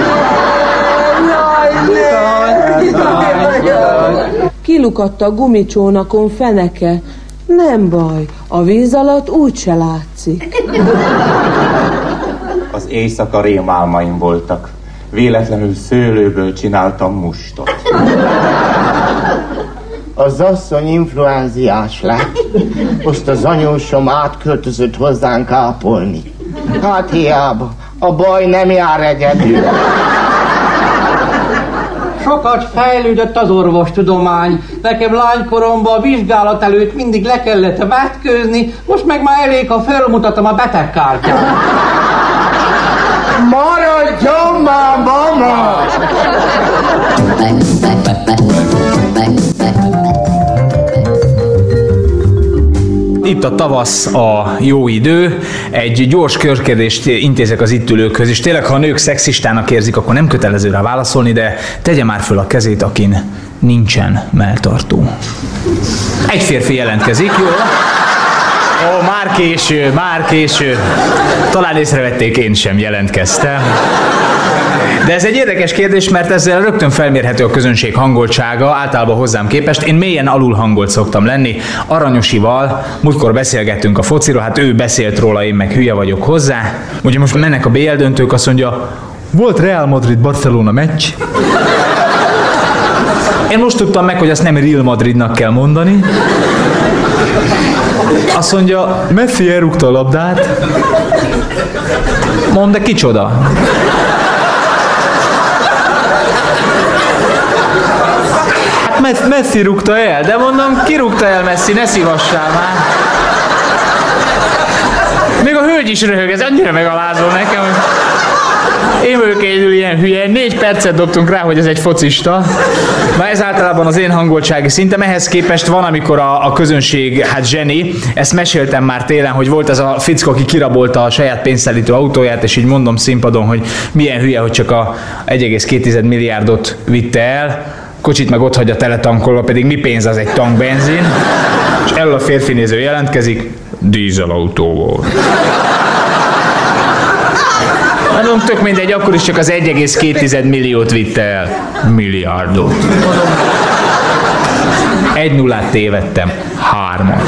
Kilukadt a gumicsónakon feneke. Nem baj, a víz alatt úgyse látszik. Az éjszaka rémálmaim voltak. Véletlenül szőlőből csináltam mustot. Az asszony influenziás lett. Most az anyósom átköltözött hozzánk ápolni. Hát hiába, a baj nem jár egyedül. Sokat fejlődött az orvostudomány. Nekem lánykoromban a vizsgálat előtt mindig le kellett vetkőzni, most meg már elég, ha felmutatom a betegkártyát. Maradjon már, mama! Itt a tavasz, a jó idő. Egy gyors körkérdést intézek az itt ülőkhöz, és tényleg, ha a nők szexistának érzik, akkor nem kötelező rá válaszolni, de tegye már föl a kezét, akin nincsen melltartó. Egy férfi jelentkezik, jó? Ó, már késő, már késő. Talán észrevették, én sem jelentkeztem. De ez egy érdekes kérdés, mert ezzel rögtön felmérhető a közönség hangoltsága, általában hozzám képest. Én mélyen alul hangolt szoktam lenni. Aranyosival múltkor beszélgettünk a fociról, hát ő beszélt róla, én meg hülye vagyok hozzá. Ugye most mennek a bé el döntők, azt mondja, volt Real Madrid-Barcelona meccs. Én most tudtam meg, hogy azt nem Real Madridnak kell mondani. Azt mondja, Messi elrúgta a labdát. Mondd, de kicsoda? Hát Messi rúgta el, de mondom, ki rúgta el Messi, ne szívassál már. Még a hölgy is röhög, ez annyira megalázó nekem, hogy én vagyok egyedül ilyen hülye, négy percet dobtunk rá, hogy ez egy focista. Már ez általában az én hangoltsági szintem, ehhez képest van, amikor a, a közönség, hát zseni, ezt meséltem már télen, hogy volt ez a fickó, aki kirabolta a saját pénzszállító autóját, és így mondom színpadon, hogy milyen hülye, hogy csak a egy egész két milliárdot vitte el, kocsit meg ott hagyja teletankolva, pedig mi pénz az egy tankbenzin, és elől a férfi néző jelentkezik, dízelautó volt. Mondom, tök mindegy, akkor is csak az egy egész két milliót vitte el. Milliárdot. Egy nullát tévedtem. Hármat.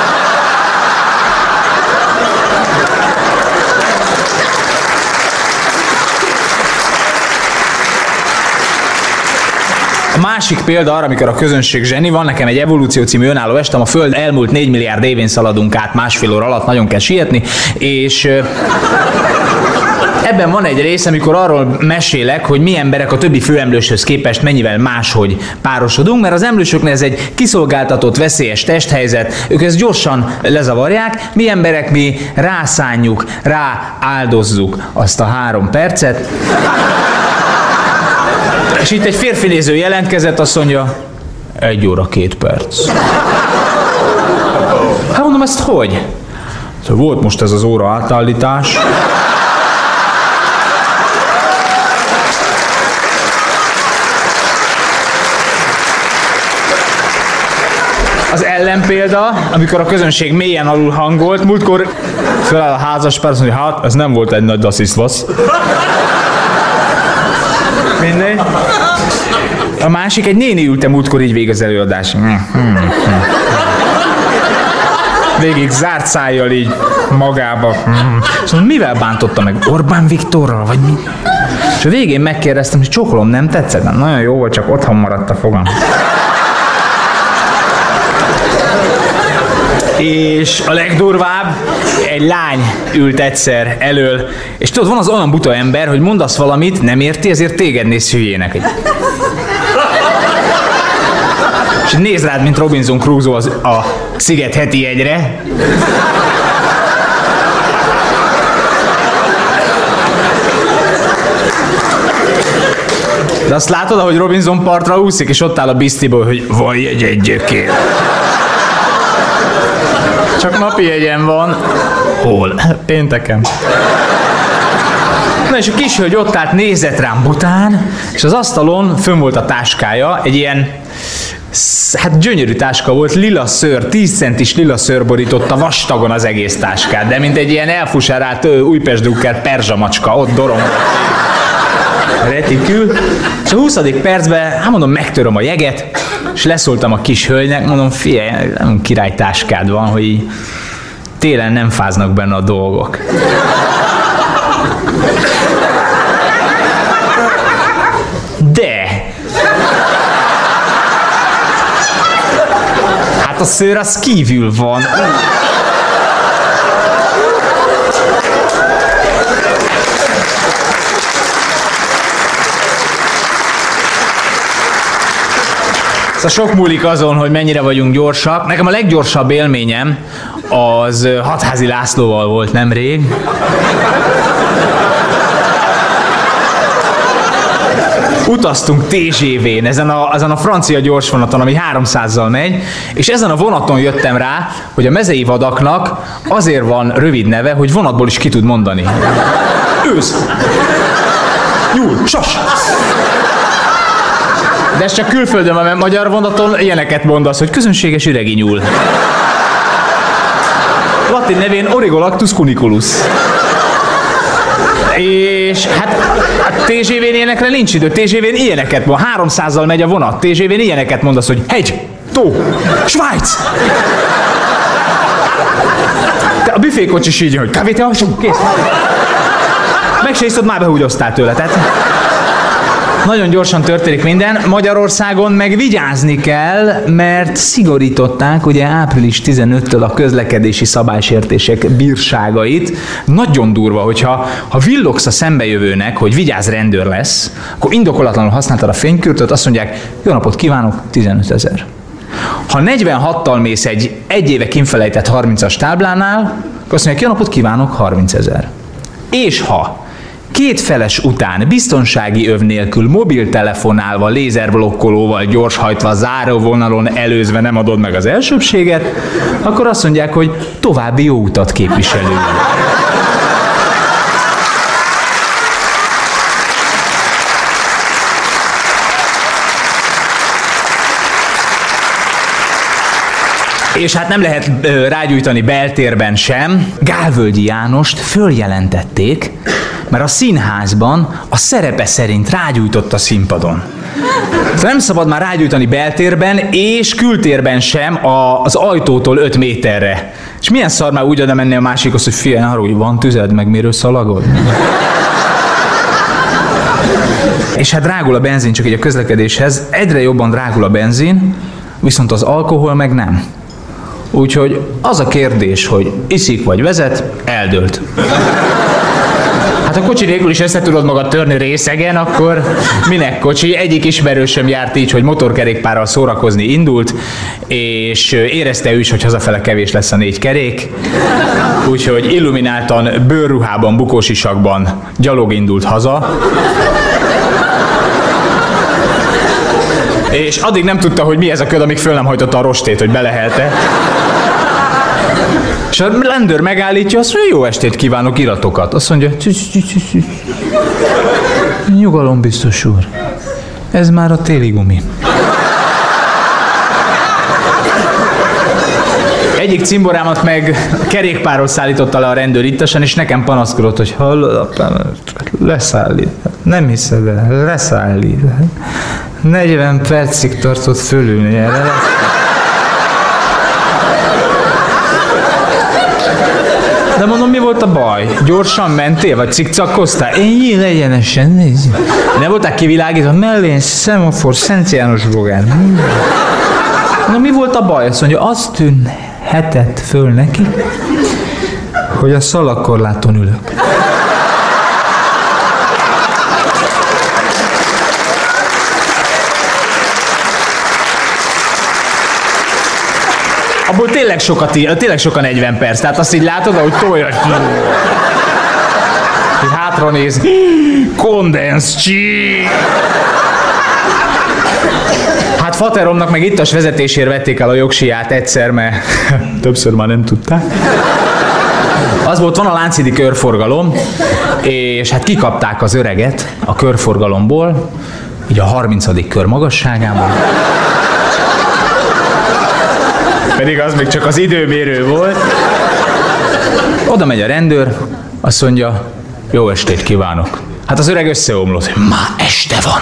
A másik példa arra, amikor a közönség zseni, van nekem egy Evolúció című önálló estem, a Föld elmúlt négy milliárd évén szaladunk át másfél óra alatt, nagyon kell sietni, és ebben van egy rész, amikor arról mesélek, hogy mi emberek a többi főemlőshöz képest mennyivel máshogy párosodunk, mert az emlősöknél ez egy kiszolgáltatott, veszélyes testhelyzet, ők ezt gyorsan lezavarják, mi emberek mi rászánjuk, rááldozzuk azt a három percet. És itt egy férfi néző jelentkezett, azt mondja, egy óra, két perc. Hát mondom, ezt hogy? Volt most ez az óra átállítás. az ellenpélda, amikor a közönség mélyen alul hangolt, múltkor feláll a házas pár, azt mondja, hát ez nem volt egy nagy dasszisztvasz. Mindegy. A másik, egy néni ülte múltkor így végig az előadás. Végig zárt szájjal így magába. Szóval mivel bántotta meg? Orbán Viktorral, vagy mi? És a végén megkérdeztem, hogy csokolom, nem tetszett? Nem, nagyon jó volt, csak otthon maradt a fogam. És a legdurvább, egy lány ült egyszer elől, és tudod, van az olyan buta ember, hogy mondasz valamit, nem érti, ezért téged néz hülyének. És néz rád, mint Robinson Crusoe az, a Sziget heti egyre. De azt látod, ahogy Robinson partra úszik, és ott áll a bisztiból, hogy van jegy egyébként. Csak napi jegyen van. Hol? Pénteken. Na és a kis hölgy ott állt, nézett rám bután, és az asztalon fönn volt a táskája, egy ilyen, hát gyönyörű táska volt, lila szőr, tíz centis lila szőr borította vastagon az egész táskát, de mint egy ilyen elfuserált Újpest Drucker perzsamacska, ott dorong. Retikül. És a huszadik percben, hát mondom, megtöröm a jeget, és leszóltam a kis hölgynek, mondom, figyelj, nem király táskád van, hogy így télen nem fáznak benne a dolgok. De! Hát a szőr az kívül van. Szóval sok múlik azon, hogy mennyire vagyunk gyorsak. Nekem a leggyorsabb élményem az Hatházi Lászlóval volt nemrég. Utaztunk té zsé vén, ezen a, ezen a francia gyorsvonaton, ami háromszázzal megy, és ezen a vonaton jöttem rá, hogy a mezei vadaknak azért van rövid neve, hogy vonatból is ki tud mondani. Ősz! Nyúl! Sas! De ez csak külföldön van, mert magyar vonaton ilyeneket mondasz, hogy közönséges üregi nyúl. Latin nevén Origolactus cuniculus. És hát a té zsé vén ilyenekre nincs idő. té zsé vén ilyeneket mond. háromszázzal megy a vonat. té zsé vén ilyeneket mondasz, hogy hegy, tó, Svájc. De a büfékocsis így, hogy kávét alsunk, kész. Meg se iszod, már behúgyoztál tőle, tehát... Nagyon gyorsan történik minden. Magyarországon meg vigyázni kell, mert szigorították ugye április tizenötödikétől a közlekedési szabálysértések bírságait. Nagyon durva, hogyha ha villogsz a szembejövőnek, hogy vigyázz, rendőr lesz, akkor indokolatlanul használtad a fénykürtöt, azt mondják, jó napot kívánok, tizenötezer. Ha negyvenhattal mész egy egy éve kinfelejtett harmincas táblánál, akkor azt mondják, jó napot kívánok, harmincezer. És ha két feles után biztonsági öv nélkül mobiltelefonálva, lézerblokkolóval, gyorshajtva, záróvonalon előzve nem adod meg az elsőbséget, akkor azt mondják, hogy további jó utat képviselő. És hát nem lehet ö, rágyújtani beltérben sem. Gálvölgyi Jánost följelentették, mert a színházban a szerepe szerint rágyújtott a színpadon. Szóval nem szabad már rágyújtani beltérben és kültérben sem a, az ajtótól öt méterre. És milyen szar már úgy oda menni a másikhoz, hogy figyelj, arra, hogy van tüzed, meg miről szalagod? És hát drágul a benzin, csak így a közlekedéshez. Egyre jobban drágul a benzin, viszont az alkohol meg nem. Úgyhogy az a kérdés, hogy iszik vagy vezet, eldőlt. Hát a kocsi nélkül is össze tudod magad törni részegen, akkor minek kocsi? Egyik ismerősöm járt így, hogy motorkerékpárral szórakozni indult, és érezte ő is, hogy hazafele kevés lesz a négy kerék. Úgyhogy illumináltan, bőrruhában, bukósisakban gyalog indult haza. És addig nem tudta, hogy mi ez a köd, amíg föl nem hajtotta a rostét, hogy belehelte. És a rendőr megállítja, azt mondja, jó estét kívánok, iratokat. Azt mondja, nyugalom, biztos úr. Ez már a téli gumi. Egyik cimborámat meg kerékpárról szállította le a rendőr ittasan, és nekem panaszkodott, hogy hallod, apám, leszállít. Nem hiszed el, leszállít. negyven percig tartott fölülni erre. De mondom, mi volt a baj? Gyorsan mentél, vagy cikcakkoztál? Én jön egyenesen, nézd. Nem voltál kivilágítva? Mellén, szemafor, Szent János bogár. Na, mi volt a baj? Azt mondja, azt tűnhetett föl neki, hogy a szalagkorláton ülök. Abból tényleg sokat, tényleg sok a negyven perc, tehát azt így látod, ahogy tolja. Hogy hátra néz. Kondensz csí. Hát fateromnak meg ittas vezetésért vették el a jogsiját egyszer, mert többször már nem tudták. Az volt, van a Lánchídi körforgalom, és hát kikapták az öreget a körforgalomból, így a harmincadik kör magasságában. Pedig az még csak az időmérő volt. Oda megy a rendőr, azt mondja, jó estét kívánok. Hát az öreg összeomlott, már este van.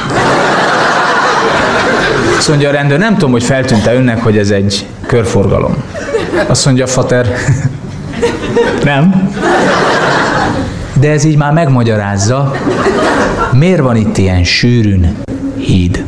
Azt mondja a rendőr, nem tudom, hogy feltűnt-e önnek, hogy ez egy körforgalom. Azt mondja fater, nem. De ez így már megmagyarázza, miért van itt ilyen sűrűn híd.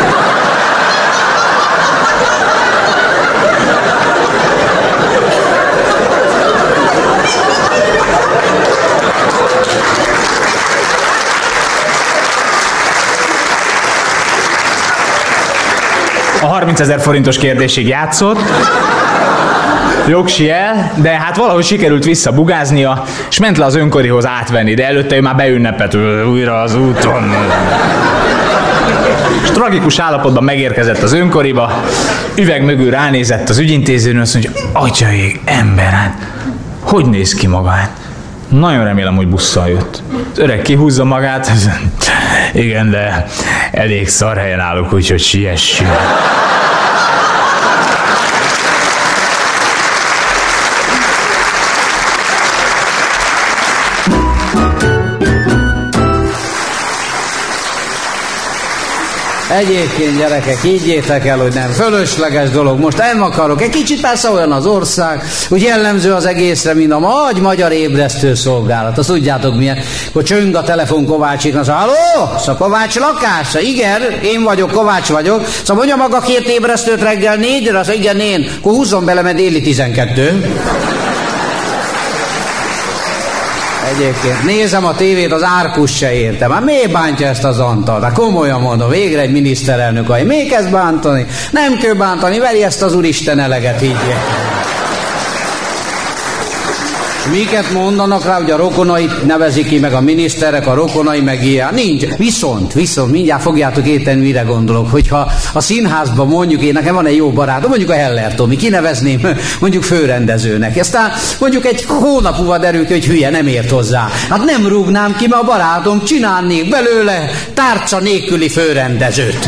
A harmincezer forintos kérdésig játszott, jogsi el, de hát valahogy sikerült visszabugáznia, és ment le az önkorihoz átvenni, de előtte ő már beünnepelt újra az úton. És tragikus állapotban megérkezett az önkoriba, üveg mögül ránézett az ügyintézőnő, azt mondja, atyaég, ember, hát hogy néz ki maga? Hát, nagyon remélem, hogy busszal jött. Az öreg kihúzza magát, igen, de elég szar helyen állok, úgyhogy siessünk. Egyébként gyerekek, higgyétek el, hogy nem fölösleges dolog. Most nem akarok, egy kicsit persze olyan az ország, hogy jellemző az egészre, mint a nagy magyar ébresztő szolgálat. Azt tudjátok milyen, hogy csöng a telefon Kovácsiknak, szóval, halló, szóval Kovács lakása? Igen, én vagyok, Kovács vagyok. Szóval mondja maga két ébresztőt reggel négyre, az igen én, akkor húzzon bele, mert déli tizenkettő. Egyébként nézem a tévét, az Árkus se értem. Hát miért bántja ezt az Antalt? Hát komolyan mondom, végre egy miniszterelnök, hogy még kezd bántani? Nem kell bántani, veri ezt az Úristen eleget, higgyék. Miket mondanak rá, hogy a rokonait nevezik ki, meg a miniszterek, a rokonai, meg ilyen. Nincs. Viszont, viszont, mindjárt fogjátok érteni, mire gondolok, hogyha a színházban mondjuk, én nekem van egy jó barátom, mondjuk a Heller Tomi, kinevezném mondjuk főrendezőnek. Aztán mondjuk egy hónap múlva derül ki, hogy hülye, nem ért hozzá. Hát nem rúgnám ki, mert a barátom csinálnék belőle tárca nélküli főrendezőt.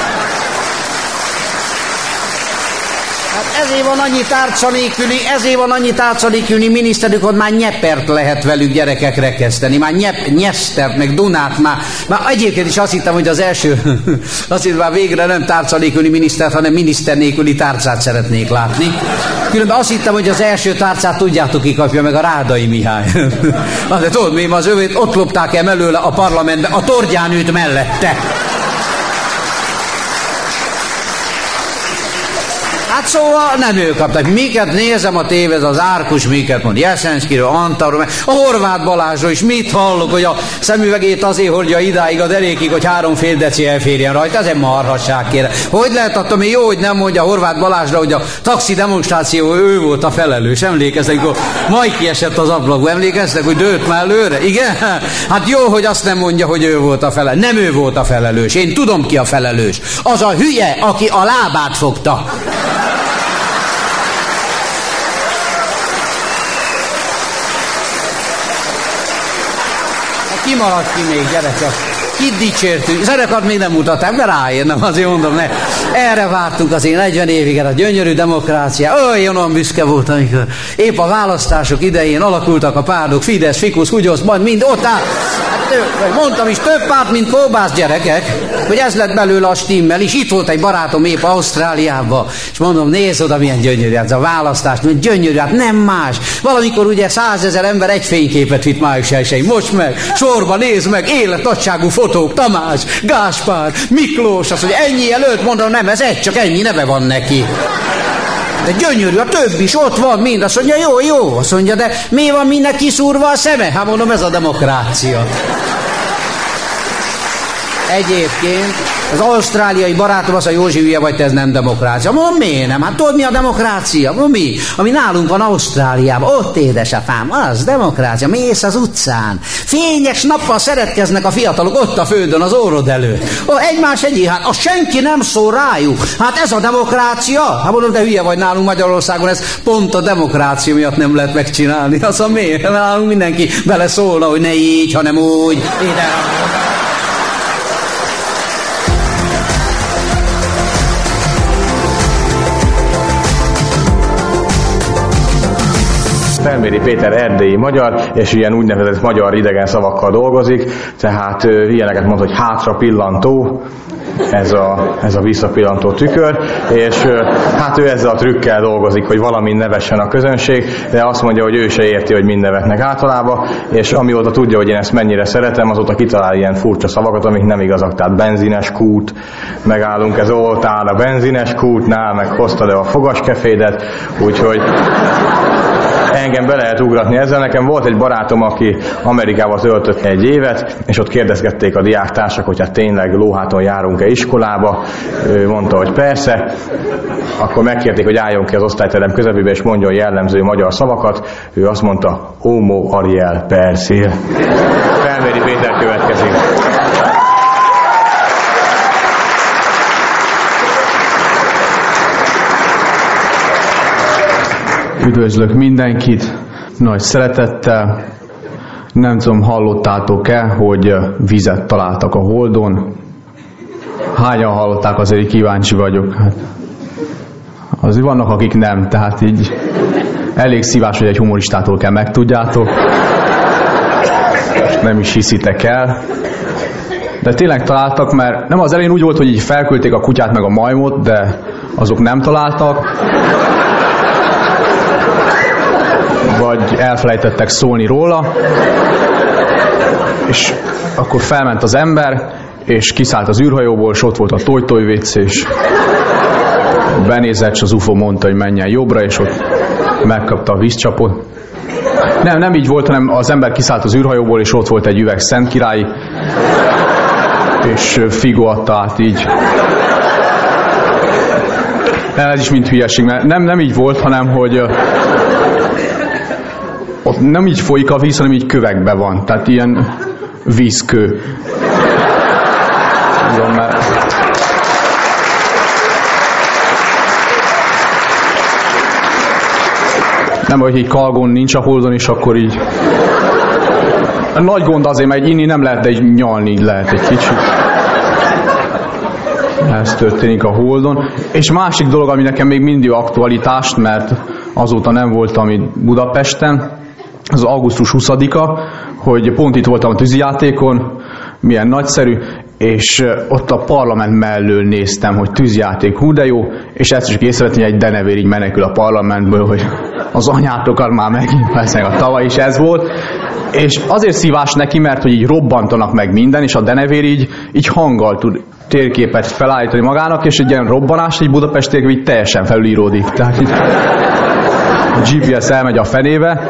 Ezért van annyi tárca nélküli, ezért van annyi tárca nélküli miniszterük, hogy már Nyepert lehet velük gyerekek rekeszteni, már Nyep, Nyesztert, meg Dunát, már, már egyébként is azt hittem, hogy az első, azt hittem, már végre nem tárca nélküli minisztert, hanem miniszter nélküli tárcát szeretnék látni. Különben azt hittem, hogy az első tárcát tudjátok ki kapja meg a Rádai Mihály. Na de tudod mi, az övét ott lopták el mellőle a parlamentbe, a Tordján mellette. Hát szóval nem ő kaptak. Miket nézem a tévét, az Árkus miket mond, Jeszenszkiről, Antalról, a Horváth Balázsról is mit hallok, hogy a szemüvegét azért hordja idáig a derékig, hogy három fél deci elférjen rajta, ez egy marhasság kérem. Hogy lehet attól még jó, hogy nem mondja Horváth Balázsra, hogy a taxi demonstráció ő volt a felelős, emlékeztek, hogy majd kiesett az ablakba, emlékeztek, hogy dőlt már előre, igen? Hát jó, hogy azt nem mondja, hogy ő volt a felelős, nem ő volt a felelős, én tudom ki a felelős, az a hülye, aki a lábát fogta. Kimaradt ki még, gyerekek. Kit dicsértünk? Zenekart még nem mutatták, de ráérnem, azért mondom, ne. Erre vártunk azért negyven évig, a gyönyörű demokrácia. Olyan büszke volt, amikor épp a választások idején alakultak a pártok, Fidesz, Fikusz, Hugyosz, majd mind ott áll. Hát, mondtam is, több párt, mint kóbász gyerekek, hogy ez lett belőle a stimmel, és itt volt egy barátom épp Ausztráliában, és mondom, nézd oda, milyen gyönyörű, ez a választás, milyen gyönyörű, hát nem más. Valamikor ugye százezer ember egy fényképet vitt május elsején, most meg, sorba nézd meg, életnagyságú fotók, Tamás, Gáspár, Miklós, azt mondja, ennyi előtt, mondom, nem, ez egy, csak ennyi neve van neki. De gyönyörű, a többi is ott van mind, azt mondja, jó, jó, azt mondja, de mi van mindnek kiszúrva a szeme? Hát mondom, ez a demokrácia. Egyébként az ausztráliai barátom az a Józsi, hülye vagy, te, ez nem demokrácia. Mondom, miért nem? Hát tudod, mi a demokrácia? Mondom, mi? Ami nálunk van Ausztráliában, ott édesapám, az demokrácia, mész az utcán. Fényes nappal szeretkeznek a fiatalok ott a földön, az órod előtt. Oh, egymás egyé, hát az senki nem szól rájuk. Hát ez a demokrácia? Hát mondom, de hülye vagy, nálunk Magyarországon, ez pont a demokrácia miatt nem lehet megcsinálni. Az a miért? Nálunk mindenki beleszólna, hogy ne így, hanem úgy. Ide. Felméri Péter erdélyi magyar, és ilyen úgynevezett magyar idegen szavakkal dolgozik, tehát ö, ilyeneket mond, hogy hátra pillantó, ez a, ez a visszapillantó tükör, és ö, hát ő ezzel a trükkel dolgozik, hogy valamin nevessen a közönség, de azt mondja, hogy ő se érti, hogy mind nevetnek általában, és amióta tudja, hogy én ezt mennyire szeretem, azóta kitalál ilyen furcsa szavakat, amik nem igazak, tehát benzines kút, megállunk, ez ott áll a benzines kútnál, meg hoztad el a fogaskefédet, úgyhogy engem be lehet ugratni ezzel. Nekem volt egy barátom, aki Amerikába töltött egy évet, és ott kérdezgették a diáktársak, hogy hát tényleg lóháton járunk-e iskolába. Ő mondta, hogy persze. Akkor megkérték, hogy álljon ki az osztályterem közepébe, és mondjon jellemző magyar szavakat. Ő azt mondta, homo Ariel persil. Felméri Péter következik. Üdvözlök mindenkit, nagy szeretettel. Nem tudom, hallottátok-e, hogy vizet találtak a Holdon? Hányan hallották, azért kíváncsi vagyok. Hát, azért vannak, akik nem, tehát így elég szívás, hogy egy humoristától kell megtudjátok. Nem is hiszitek el. De tényleg találtak, mert nem az elején úgy volt, hogy így felküldték a kutyát meg a majmot, de azok nem találtak. Vagy elfelejtettek szólni róla, és akkor felment az ember, és kiszállt az űrhajóból, és ott volt a Toy-Toy vé cé, és benézett, és az u f o mondta, hogy menjen jobbra, és ott megkapta a vízcsapot. Nem, nem így volt, hanem az ember kiszállt az űrhajóból, és ott volt egy üveg Szent Király, és Figo adta át így. Nem, ez is mind hülyeség, mert nem, nem így volt, hanem hogy ott nem így folyik a víz, hanem így kövekbe van. Tehát ilyen vízkő. Tudom, mert... Nem, hogy így kalgon nincs a Holdon, és akkor így... Nagy gond azért, mert inni nem lehet, de így nyalni lehet egy kicsit. Ez történik a Holdon. És másik dolog, ami nekem még mindig aktualitást, mert azóta nem voltam itt Budapesten, az augusztus huszadika, hogy pont itt voltam a tűzijátékon, milyen nagyszerű, és ott a parlament mellől néztem, hogy tűzjáték, hú de jó, és ezt is észrevettem, hogy egy denevér így menekül a parlamentből, hogy az anyátokat már megint, persze a tavaly is ez volt, és azért szívás neki, mert hogy így robbantanak meg minden, és a denevér így, így hanggal tud térképet felállítani magának, és egy ilyen robbanás, egy Budapest térkép így teljesen felülíródik. Tehát így a gé pé es elmegy a fenébe.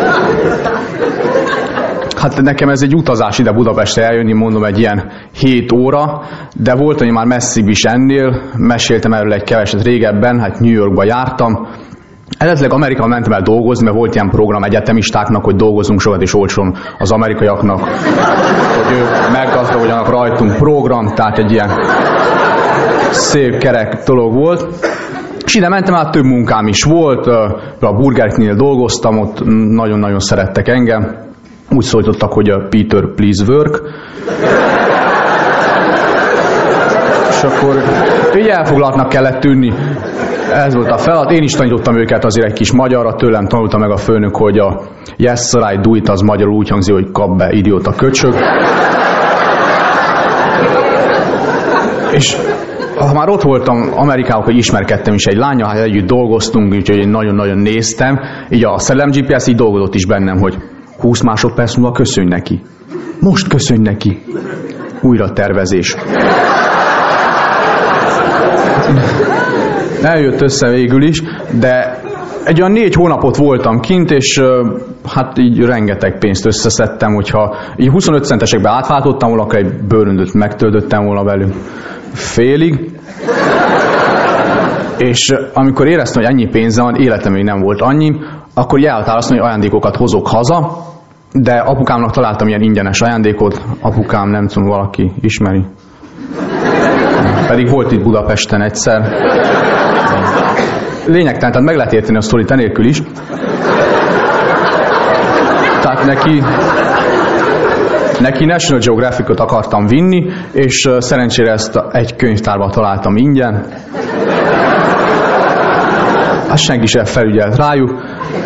Hát nekem ez egy utazás ide Budapestre eljönni, mondom, egy ilyen hét óra, de volt, hogy már messzibb is ennél, meséltem erről egy keveset régebben, hát New Yorkba jártam. Eredetileg Amerikában mentem el dolgozni, mert volt ilyen program egyetemistáknak, hogy dolgozunk sokat és olcsón az amerikaiaknak, hogy ők meggazdagodjanak rajtunk, program, tehát egy ilyen szép kerek dolog volt. És ide mentem, hát több munkám is volt, a Burger King-nél dolgoztam, ott nagyon-nagyon szerettek engem. Úgy szólítottak, hogy a Peter, please work. akkor így elfoglaltnak kellett tűnni. Ez volt a feladat. Én is tanítottam őket azért egy kis magyarra, tőlem tanulta meg a főnök, hogy a yes sir, I do it az magyarul úgy hangzik, hogy kap be, idióta köcsög. És ha már ott voltam Amerikában, hogy ismerkedtem is egy lánnyal, hát együtt dolgoztunk, úgyhogy én nagyon-nagyon néztem. Így a Szellem gé pé es így dolgozott is bennem, hogy húsz másodperc múlva köszönj neki. Most köszönj neki. Újra tervezés. Eljött össze végül is, de egy olyan négy hónapot voltam kint, és hát így rengeteg pénzt összeszedtem, hogyha így huszonöt centesekbe átváltottam volna, akkor egy bőröndöt megtöltöttem volna velük félig. És amikor éreztem, hogy ennyi pénze van, életem még nem volt annyi, akkor elhatároztam, hogy ajándékokat hozok haza, de apukámnak találtam ilyen ingyenes ajándékot, apukám, nem tudom, valaki ismeri. Pedig volt itt Budapesten egyszer. Lényegtelen, tehát meg lehet érteni a sztorit enélkül is. Tehát neki, neki National Geographicot akartam vinni, és szerencsére ezt egy könyvtárban találtam ingyen. Hát senki sem felügyelt rájuk.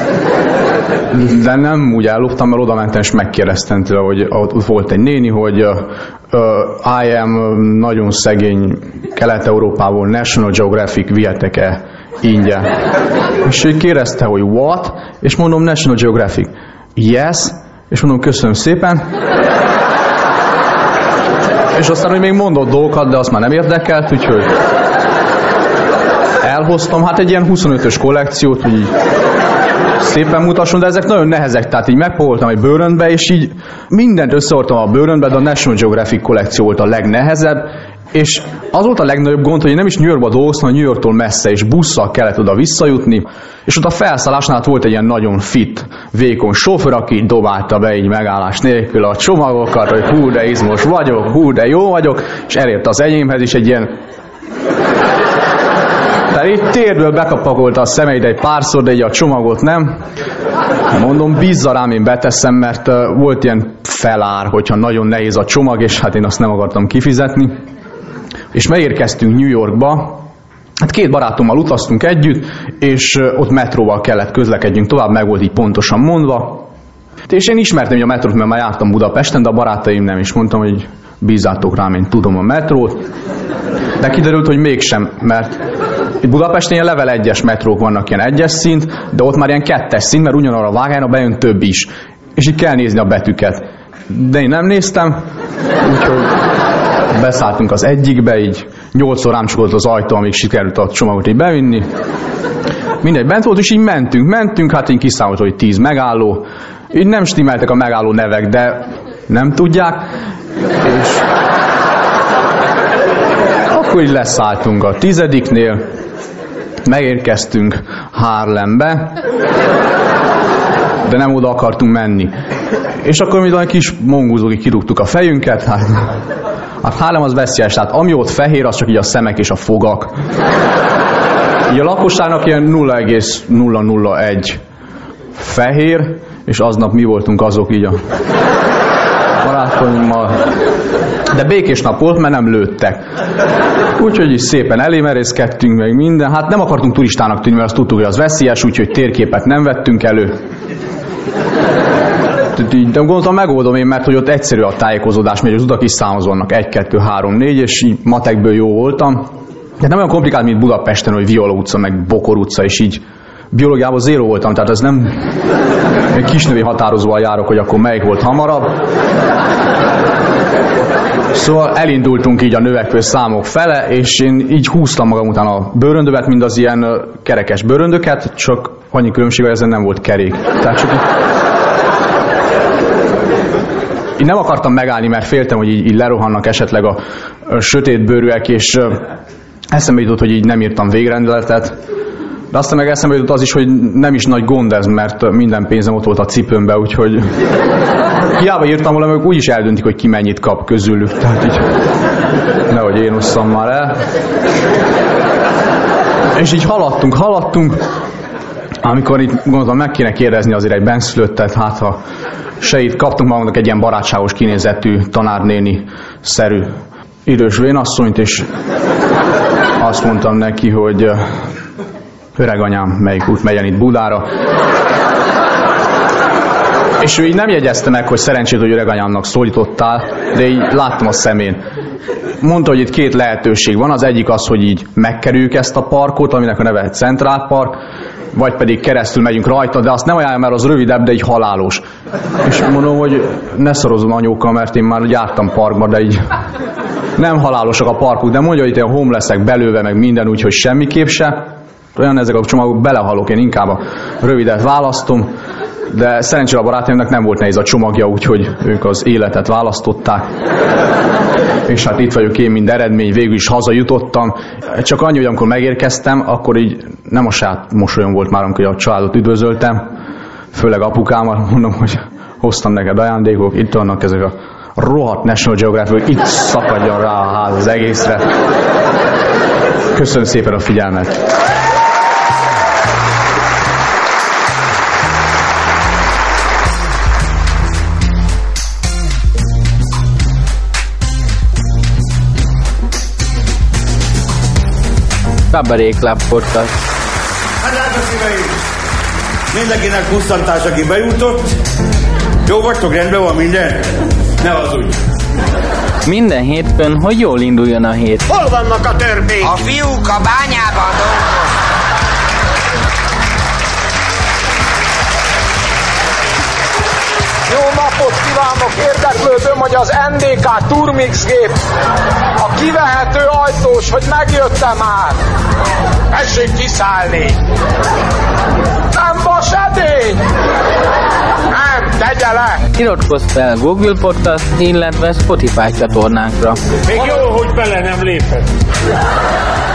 De nem úgy elloptam, mert oda mentem és megkérdeztem tőle, hogy ott volt egy néni, hogy uh, uh, I am nagyon szegény Kelet-Európából, National Geographic vihetek-e ingyen? És ő kérdezte, hogy what? És mondom, National Geographic. Yes. És mondom, köszönöm szépen. És aztán, hogy még mondott dolgokat, de azt már nem érdekelt, úgyhogy elhoztam, hát egy ilyen huszonötös kollekciót, hogy így szépen mutasson, de ezek nagyon nehezek, tehát így megpoltam egy bőröntbe, és így mindent összehordtam a bőröntbe, de a National Geographic kollekció volt a legnehezebb, és az volt a legnagyobb gond, hogy én nem is New Yorkba dolgoztam, New Yorktól messze, és busszal kellett oda visszajutni, és ott a felszállásnál volt egy ilyen nagyon fit, vékony sofőr, aki dobálta be így megállás nélkül a csomagokat, hogy hú, de izmos vagyok, hú, de jó vagyok, és elért az enyémhez is egy ilyen. Tehát így térből bekapakolta a szemeit egy párszor, de így a csomagot nem. Mondom, bízza rám, én beteszem, mert uh, volt ilyen felár, hogyha nagyon nehéz a csomag, és hát én azt nem akartam kifizetni. És megérkeztünk New Yorkba, hát két barátommal utaztunk együtt, és uh, ott metróval kellett közlekedjünk tovább, meg volt így pontosan mondva. És én ismertem hogy a metrót, mert már jártam Budapesten, de a barátaim nem, és mondtam, hogy bízzátok rám, én tudom a metrót. De kiderült, hogy mégsem, mert itt Budapesten ilyen level egyes metrók vannak, ilyen egyes szint, de ott már ilyen kettes szint, mert ugyanarra a vágányra bejön több is. És így kell nézni a betűket. De én nem néztem, úgyhogy beszálltunk az egyikbe, így nyolcszor rám csukott az ajtó, amíg sikerült a csomagot így bevinni. Mindegy, bent volt, és így mentünk, mentünk, hát én kiszámoltam, hogy tíz megálló. Így nem stimmeltek a megálló nevek, de nem tudják. És akkor így leszálltunk a tizediknél, megérkeztünk Harlembe, de nem oda akartunk menni. És akkor mi egy kis mongúzógi kirúgtuk a fejünket, hát, hát Harlem az veszélyes, tehát ami ott fehér, az csak így a szemek és a fogak. Így a lakosságnak ilyen nulla egész nulla nulla egy fehér, és aznap mi voltunk azok így a barátaimmal. De békés nap volt, mert nem lőttek. Úgyhogy is szépen elémerészkedtünk meg minden. Hát nem akartunk turistának tűnni, mert azt tudtuk, hogy az veszélyes, úgyhogy térképet nem vettünk elő. De gondoltam, megoldom én, mert hogy ott egyszerű a tájékozódás, mert az utak is számozolnak egy, kettő, három, négy, és így matekből jó voltam. De nem olyan komplikált, mint Budapesten, hogy Viola utca, meg Bokor utca, és így biológiában zéró voltam, tehát ez nem egy kisnövi határozóval járok, hogy akkor melyik volt hamarabb. Szóval elindultunk így a növekvő számok fele, és én így húztam magam után a bőröndövet, mind az ilyen kerekes bőröndöket, csak annyi különbség, hogy ezen nem volt kerék. Tehát csak így... Én nem akartam megállni, mert féltem, hogy így, így lerohannak esetleg a, a sötétbőrűek, és eszembe jutott, hogy így nem írtam végrendeletet. De aztán meg eszembe jutott az is, hogy nem is nagy gond ez, mert minden pénzem ott volt a cipőmbe, úgyhogy hiába írtam volna, mert úgyis eldöntik, hogy ki mennyit kap közülük. Tehát így nehogy én osszam már el. És így haladtunk, haladtunk, amikor itt gondoltam, meg kéne kérdezni azért egy benszülöttet, hát ha se itt kaptunk magunknak egy ilyen barátságos kinézetű tanárnéni-szerű idős vénasszonyt, és azt mondtam neki, hogy öreganyám, melyik út megyen itt Budára. És ő így nem jegyezte meg, hogy szerencsét, hogy öreganyámnak szólítottál, de így láttam a szemén. Mondta, hogy itt két lehetőség van, az egyik az, hogy így megkerüljük ezt a parkot, aminek a neve Central Park, vagy pedig keresztül megyünk rajta, de azt nem ajánlom, mert az rövidebb, de így halálos. És mondom, hogy ne szorozom anyókkal, mert én már jártam parkba, de így nem halálosak a parkok, de mondja, hogy itt a homelessek belőve, meg minden, úgyhogy semmiképp se. Olyan ezek a csomagok, belehalok, én inkább a rövidet választom, de szerencsére a barátnőmnek nem volt nehéz a csomagja, úgyhogy ők az életet választották. És hát itt vagyok én, mind eredmény, végül is hazajutottam. Csak annyi, hogy amikor megérkeztem, akkor így nem a saját mosolyom volt már, amikor a családot üdvözöltem, főleg apukámat, mondom, hogy hoztam neked ajándékok, itt vannak ezek a rohadt National Geographic, itt szakadjon rá a ház az egészre. Köszönöm szépen a figyelmet! Cabaret Club Podcast. Hát drága szíveim! Mindenkinek pusztantás, aki bejutott. Jó vagytok, rendben van minden? Ne hazudj! Minden hétfőn, hogy jól induljon a hét. Hol vannak a törpék? A fiúk a bányában dolgoznak. Jó napot kívánok! Érdeklődöm, hogy az en dé ká Turmix gép a kivehető ajtós, hogy megjöttem már. Tessék kiszállni! Nem vas edény! Nem, tegye le! Iratkozz fel Google Podcast, illetve Spotify csatornánkra. Még jó, hogy bele nem lépett.